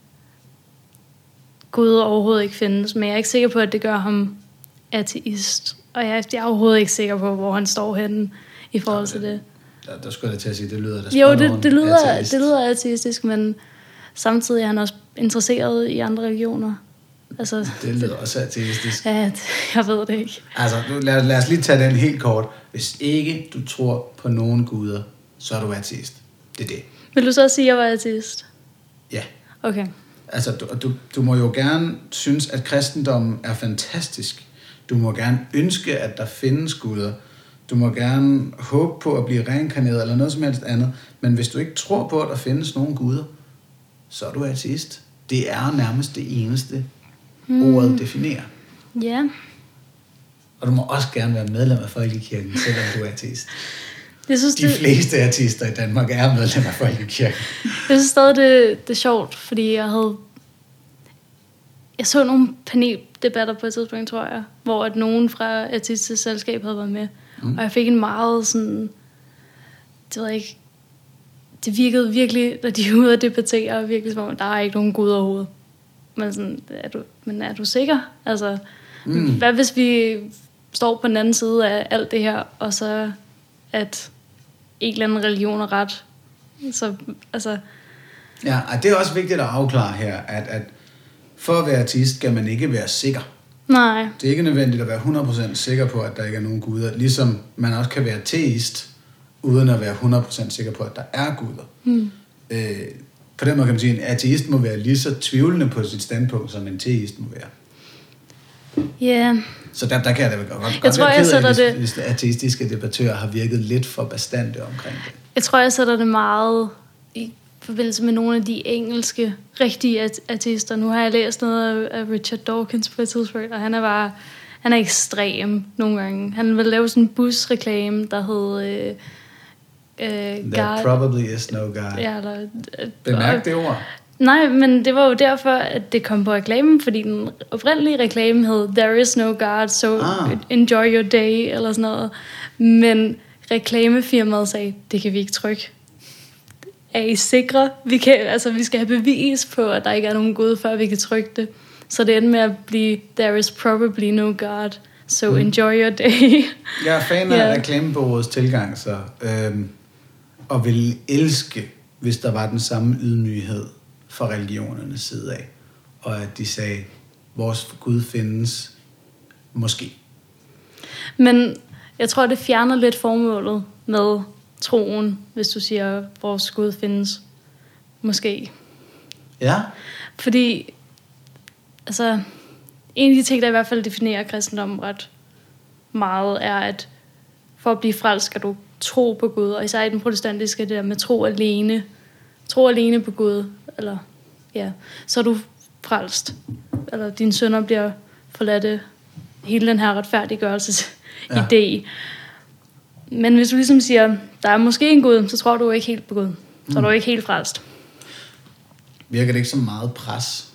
Gud overhovedet ikke findes, men jeg er ikke sikker på, at det gør ham ateist. Og jeg er overhovedet ikke sikker på, hvor han står henne i forhold til det. Der skulle jeg til at sige, det lyder da spændende. Jo, det lyder ateistisk, men samtidig er han også interesseret i andre religioner. Altså, det lyder også ateistisk. Ja, jeg ved det ikke. Altså, lad os lige tage den helt kort. Hvis ikke du tror på nogen guder, så er du ateist. Det er det. Vil du så sige, at jeg var ateist? Ja. Okay. Altså, du må jo gerne synes, at kristendommen er fantastisk. Du må gerne ønske, at der findes guder. Du må gerne håbe på at blive reinkarneret eller noget som helst andet. Men hvis du ikke tror på, at der findes nogen guder, så er du ateist. Det er nærmest det eneste, ordet definerer. Ja. Og du må også gerne være medlem af folkekirken, selvom du er ateist. De fleste artister i Danmark er medlem af folkekirken. Jeg synes stadig, det er sjovt, fordi jeg så nogle paneldebatter på et tidspunkt, tror jeg, hvor at nogen fra Artistisk Selskab havde været med. Og jeg fik en meget sådan, det ved jeg ikke, det virkede virkelig, da de var ude at debattere, virkelig som om, der er ikke nogen gud overhovedet. Men sådan, er du sikker? Altså, hvad hvis vi står på den anden side af alt det her, og så at en eller anden religion er ret? Så, altså... Ja, og det er også vigtigt at afklare her, at for at være artist skal man ikke være sikker. Nej. Det er ikke nødvendigt at være 100% sikker på, at der ikke er nogen guder. Ligesom man også kan være teist, uden at være 100% sikker på, at der er guder. På den måde kan man sige, at en ateist må være lige så tvivlende på sit standpunkt, som en teist må være. Ja. Yeah. Så der kan jeg da godt være ked af, hvis ateistiske debattører har virket lidt for bastante omkring det. Jeg tror, jeg sætter det meget i forbindelse med nogle af de engelske rigtige ateister. Nu har jeg læst noget af Richard Dawkins på et tidspunkt, og han er ekstrem nogle gange. Han ville lave sådan en busreklame, der hed There probably is no God. Ja, eller, Bemærk det ord. Nej, men det var jo derfor, at det kom på reklamen, fordi den oprindelige reklame hed There is no God, so enjoy your day, eller sådan noget. Men reklamefirmaet sagde, det kan vi ikke trykke. Er I sikre? Vi skal have bevis på, at der ikke er nogen Gud, før vi kan trykke det. Så det endte med at blive There is probably no God, so enjoy your day. Jeg er fan af reklamebureauets tilgang, så, og vil elske, hvis der var den samme ydmyghed fra religionernes side af, og at de sagde, vores Gud findes måske. Men jeg tror, det fjerner lidt formålet med troen, hvis du siger, vores Gud findes måske. Ja. Fordi, altså, en af de ting, der i hvert fald definerer kristendommen ret meget, er, at for at blive frelst, skal du tro på Gud, og især i den protestantiske, det der med tro alene på Gud, eller ja, så er du frelst, eller dine synder bliver forladte, hele den her retfærdiggørelsesidé. Men hvis du ligesom siger, der er måske en Gud, så tror du ikke helt på Gud, så er du ikke helt frelst. Virker det ikke så meget pres?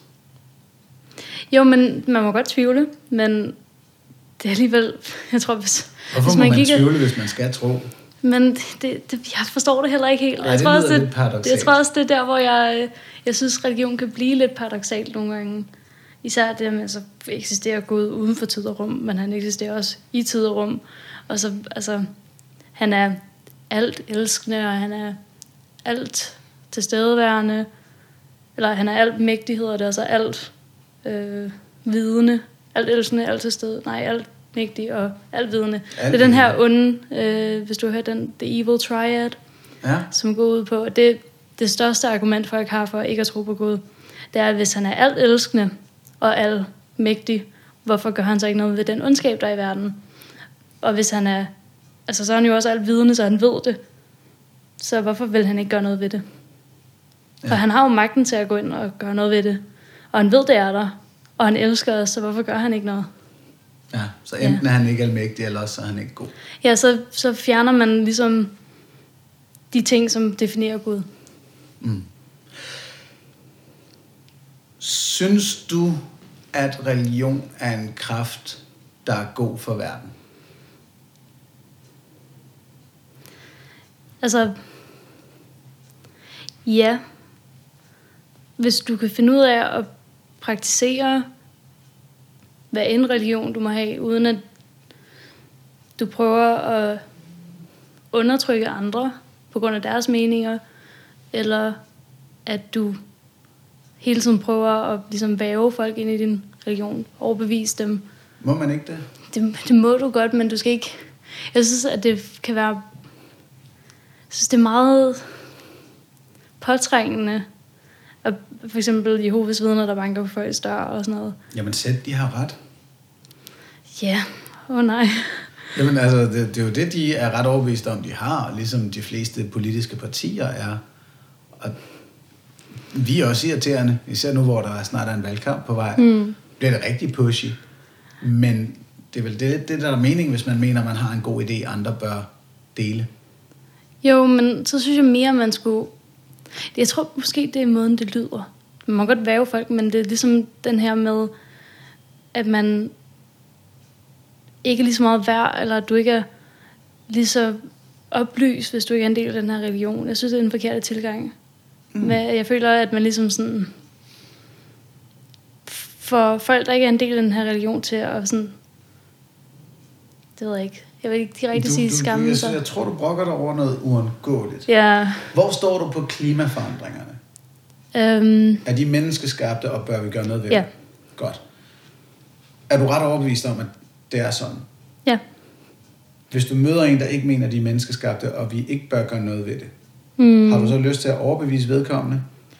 Jo, men man må godt tvivle, men det er alligevel, jeg tror, hvis man tvivle, hvis man skal tro? Men jeg forstår det heller ikke helt. Nej, jeg tror også, det er der, hvor jeg synes, religion kan blive lidt paradoksalt nogle gange. Især det med, så eksisterer Gud uden for tid og rum, men han eksisterer også i tid og rum. Og så, altså, han er alt elskende, og han er alt tilstedeværende, eller han er alt mægtighed, og det er altså alt vidende, alt elskende, alt alt mægtig og alt vidende. Det er den her onde, hvis du har hørt den, The Evil Triad, som går ud på, det største argument folk har for ikke at tro på Gud, det er, at hvis han er alt elskende og alt mægtig, hvorfor gør han så ikke noget ved den ondskab, der er i verden? Og hvis han er, altså så er han jo også alt vidende, så han ved det. Så hvorfor vil han ikke gøre noget ved det? For han har jo magten til at gå ind og gøre noget ved det. Og han ved, det er der. Og han elsker os, så hvorfor gør han ikke noget? Ja, så enten er han ikke almægtig, eller også er han ikke god. Ja, så fjerner man ligesom de ting, som definerer Gud. Synes du, at religion er en kraft, der er god for verden? Altså, ja. Hvis du kan finde ud af at praktisere hvad en religion du må have, uden at du prøver at undertrykke andre på grund af deres meninger, eller at du hele tiden prøver at ligesom væve folk ind i din religion, overbevise dem. Må man ikke det? Det må du godt, men du skal ikke. Jeg synes, at det kan være. Jeg synes, det er meget påtrængende. Og for eksempel Jehovas vidner, der banker på folks dør og sådan noget. Jamen selv, de har ret. Ja, nej. Jamen altså, det er jo det, de er ret overbevist om, de har, ligesom de fleste politiske partier er. Og vi er også irriterende, især nu, hvor der snart er en valgkamp på vej. Bliver det rigtig pushy. Men det er vel det der er mening, hvis man mener, man har en god idé, andre bør dele. Jo, men så synes jeg mere, man skulle. Jeg tror måske, det er måden, det lyder. Man må godt væve folk, men det er ligesom den her med, at man ikke er lige så meget værd, eller at du ikke er lige så oplyst, hvis du ikke er en del af den her religion. Jeg synes, det er en forkert tilgang. Men jeg føler, at man ligesom sådan for folk, der ikke er en del af den her religion, til at sådan, det ved jeg ikke. Jeg vil ikke rigtig sige skamme sig. Jeg tror, du brokker dig over noget uundgåeligt. Ja. Hvor står du på klimaforandringerne? Er de menneskeskabte, og bør vi gøre noget ved det? Godt. Er du ret overbevist om, at det er sådan? Ja. Hvis du møder en, der ikke mener, de er menneskeskabte, og vi ikke bør gøre noget ved det, har du så lyst til at overbevise vedkommende?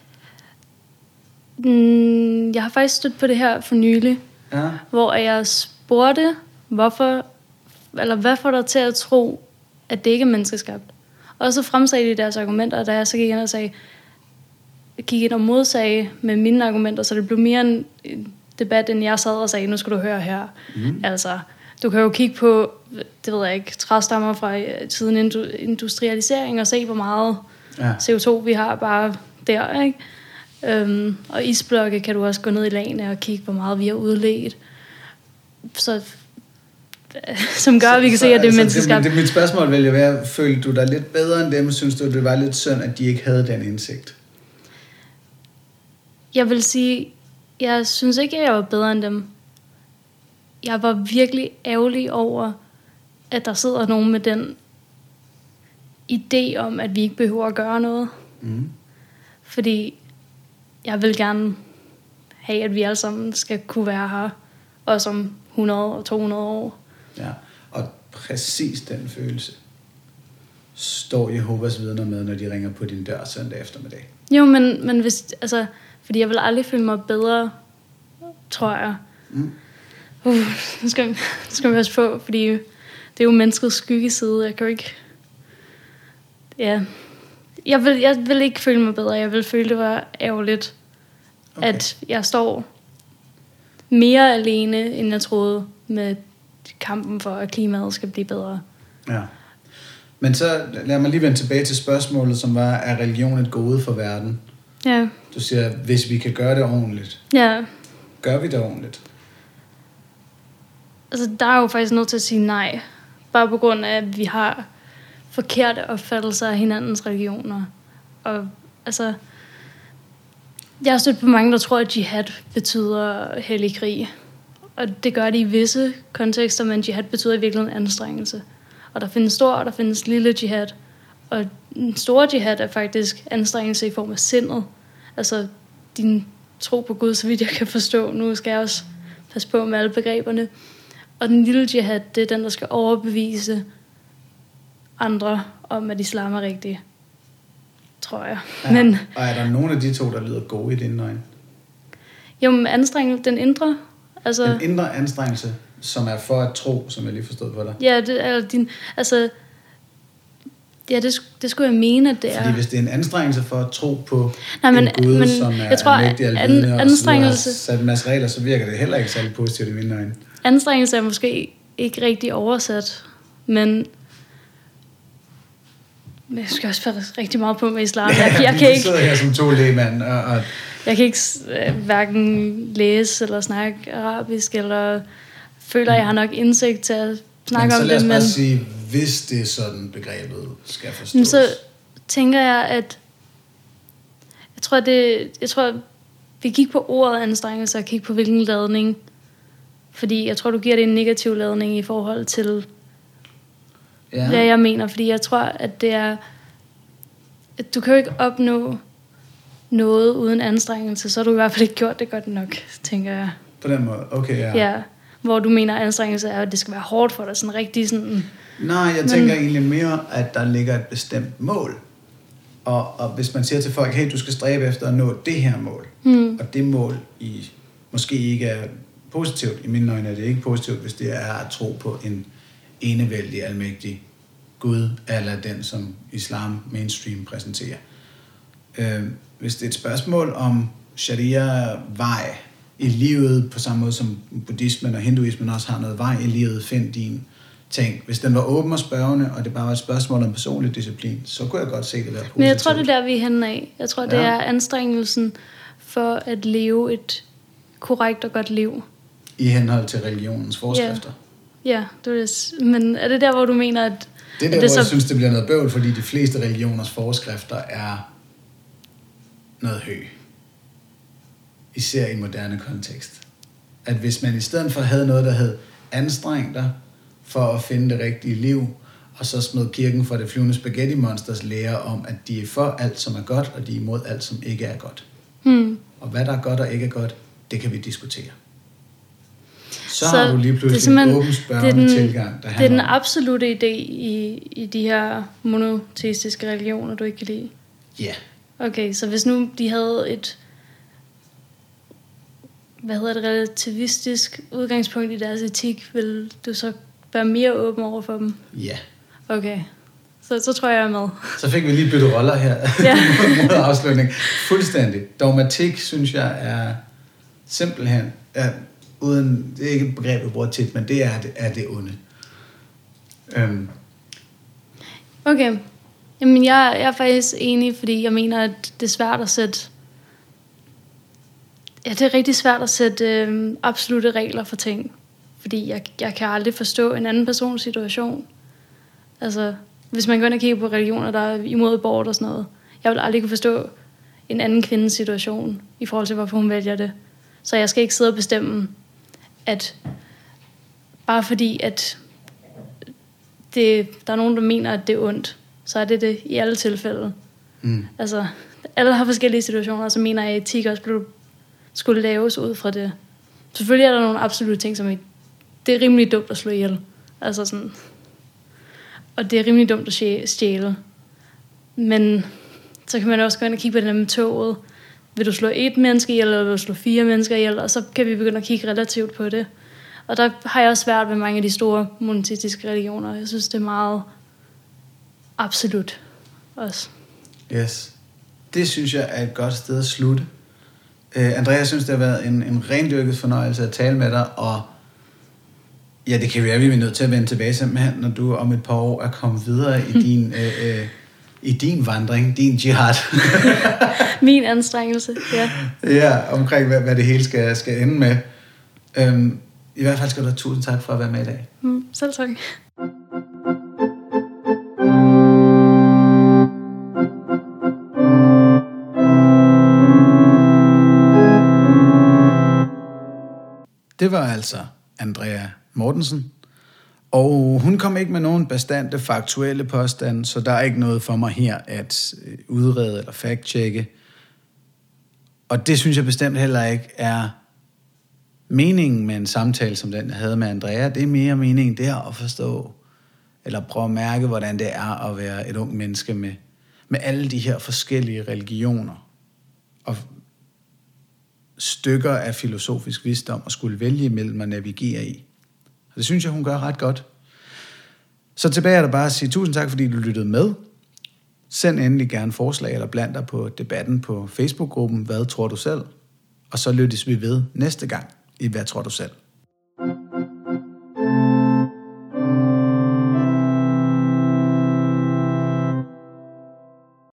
Jeg har faktisk stødt på det her for nylig, hvor jeg spurgte, hvad får dig til at tro, at det ikke er menneskeskabt? Og så fremsagde de deres argumenter, og da jeg så gik ind og gik ind og modsagde med mine argumenter, så det blev mere en debat, end jeg sad og sagde, nu skal du høre her. Altså, du kan jo kigge på, det ved jeg ikke, træstammer fra tiden industrialisering og se, hvor meget CO2 vi har bare der, ikke? Og isblokke kan du også gå ned i lagene og kigge, hvor meget vi har udledt. Så som gør, at vi kan se, at det er menneskeskabt. Mit spørgsmål vil jo være, følte du dig lidt bedre end dem? Synes du, det var lidt synd, at de ikke havde den indsigt? Jeg vil sige, jeg synes ikke, at jeg var bedre end dem. Jeg var virkelig ærgerlig over, at der sidder nogen med den idé om, at vi ikke behøver at gøre noget. Mm. Fordi jeg vil gerne have, at vi alle sammen skal kunne være her, også om 100 og 200 år. Ja, og præcis den følelse står Jehovas vidner med, når de ringer på din dør søndag eftermiddag. Jo, men hvis, altså, fordi jeg vil aldrig føle mig bedre, tror jeg. Mm. Nu skal vi også på, fordi det er jo menneskets skyggeside. Jeg kan jo ikke... Ja. Jeg vil ikke føle mig bedre. Jeg vil føle, det var ærgerligt, at jeg står mere alene, end jeg troede, med kampen for, at klimaet skal blive bedre. Ja. Men så lad mig lige vende tilbage til spørgsmålet, som var, er religion et gode for verden? Ja. Du siger, hvis vi kan gøre det ordentligt. Ja. Gør vi det ordentligt? Altså, der er jo faktisk nødt til at sige nej. Bare på grund af, at vi har forkerte opfattelser af hinandens religioner. Og altså, jeg har stødt på mange, der tror, at jihad betyder hellig krig. Og det gør det i visse kontekster, men jihad betyder i virkeligheden anstrengelse. Og der findes stor, og der findes lille jihad. Og den store jihad er faktisk anstrengelse i form af sindet. Altså din tro på Gud, så vidt jeg kan forstå. Nu skal jeg også passe på med alle begreberne. Og den lille jihad, det er den, der skal overbevise andre om, at islam er rigtig. Tror jeg. Ja, men, og er der nogen af de to, der lyder gode i dine øjne? Jo, men anstrengelse, den indre. Altså, den indre anstrengelse, som er for at tro, som jeg lige forstod på dig. Ja, det er din... Altså, ja, det skulle jeg mene, at det er. Fordi hvis det er en anstrengelse for at tro på en Gud, som er mægtig alvidende og har sat en masse regler, så virker det heller ikke særlig positivt i mine øjne. Anstrengelse er måske ikke rigtig oversat, men jeg skal også være rigtig meget på med islam. Jeg kan ikke sidder her som to lægmand og jeg kan ikke hverken læse eller snakke arabisk, eller føler, at jeg har nok indsigt til at snakke om det. Men så lad os bare sige, hvis det er sådan, begrebet skal forstås. Så tænker jeg, at jeg tror, vi kigger på ordet anstrengelse og kigger på hvilken ladning. Fordi jeg tror, du giver det en negativ ladning i forhold til, hvad jeg mener. Fordi jeg tror, at det er, at du kan jo ikke opnå noget uden anstrengelse, så har du i hvert fald ikke gjort det godt nok, tænker jeg. På den måde, okay, ja. Ja, hvor du mener, at anstrengelse er, at det skal være hårdt for dig, sådan rigtig sådan... Nej, jeg tænker egentlig mere, at der ligger et bestemt mål. Og hvis man siger til folk, hey, du skal stræbe efter at nå det her mål, og det mål måske ikke er positivt, i mine øjne er det ikke positivt, hvis det er at tro på en enevældig, almægtig Gud, eller den, som islam mainstream præsenterer. Hvis det er et spørgsmål om sharia-vej i livet, på samme måde som buddhismen og hinduismen også har noget vej i livet, find din ting. Hvis den var åben og spørgende, og det bare var et spørgsmål om personlig disciplin, så kunne jeg godt se det være positivt. Men jeg tror, det er der, vi er henne af. Jeg tror, det er anstrengelsen for at leve et korrekt og godt liv. I henhold til religionens forskrifter? Ja, det er, men er det der, hvor du mener, at... Det er der, hvor jeg synes, det bliver noget bøvl, fordi de fleste religioners forskrifter er noget høj. Især i moderne kontekst. At hvis man i stedet for havde noget, der hed anstreng dig for at finde det rigtige liv, og så smed kirken for det flyvende spaghetti monsters lære om, at de er for alt, som er godt, og de er imod alt, som ikke er godt. Og hvad der er godt og ikke er godt, det kan vi diskutere. Så har du lige pludselig en åben spørgende tilgang. Det er den absolute idé i de her monoteistiske religioner, du ikke kan lide? Ja. Okay, så hvis nu de havde et relativistisk udgangspunkt i deres etik, vil du så være mere åben over for dem? Ja. Okay, så tror jeg er med. Så fik vi lige byttet roller her mod afslutning. Fuldstændig. Dogmatik, synes jeg, er simpelthen uden, det er ikke et begreb, jeg bruger tit, men det er det onde. Okay. Jamen, jeg er faktisk enig, fordi jeg mener, at det er svært at sætte... Ja, det er rigtig svært at sætte absolutte regler for ting. Fordi jeg kan aldrig forstå en anden persons situation. Altså, hvis man går ind og kigger på religioner, der er imod abort og sådan noget. Jeg vil aldrig kunne forstå en anden kvindes situation, i forhold til, hvorfor hun vælger det. Så jeg skal ikke sidde og bestemme, at bare fordi, at der er nogen, der mener, at det er ondt, så er det i alle tilfælde. Altså, alle har forskellige situationer, og så mener jeg, at etik også skulle laves ud fra det. Selvfølgelig er der nogle absolutte ting, som det er rimelig dumt at slå ihjel. Altså sådan, og det er rimelig dumt at stjæle. Men så kan man også gå ind og kigge på det med toget. Vil du slå 1 menneske ihjel, eller vil du slå 4 mennesker ihjel? Og så kan vi begynde at kigge relativt på det. Og der har jeg også svært ved mange af de store monoteistiske religioner. Jeg synes, det er meget absolut også. Yes. Det synes jeg er et godt sted at slutte. Andrea, jeg synes, det har været en rendyrket fornøjelse at tale med dig, og ja, det kan være, at vi er nødt til at vende tilbage simpelthen, når du om et par år er kommet videre i din vandring, din jihad. Min anstrengelse, ja. Ja, omkring hvad det hele skal ende med. I hvert fald skal du have tusind tak for at være med i dag. Selv tak. Det var altså Andrea Mortensen, og hun kom ikke med nogen bastante faktuelle påstande, så der er ikke noget for mig her at udrede eller fact-checke. Og det synes jeg bestemt heller ikke er meningen med en samtale som den, jeg havde med Andrea. Det er mere meningen der at forstå, eller prøve at mærke, hvordan det er at være et ung menneske med alle de her forskellige religioner og stykker af filosofisk visdom og skulle vælge imellem at navigere i. Og det synes jeg, hun gør ret godt. Så tilbage er der bare at sige tusind tak, fordi du lyttede med. Send endelig gerne forslag eller bland dig på debatten på Facebook-gruppen Hvad tror du selv? Og så lyttes vi ved næste gang i Hvad tror du selv?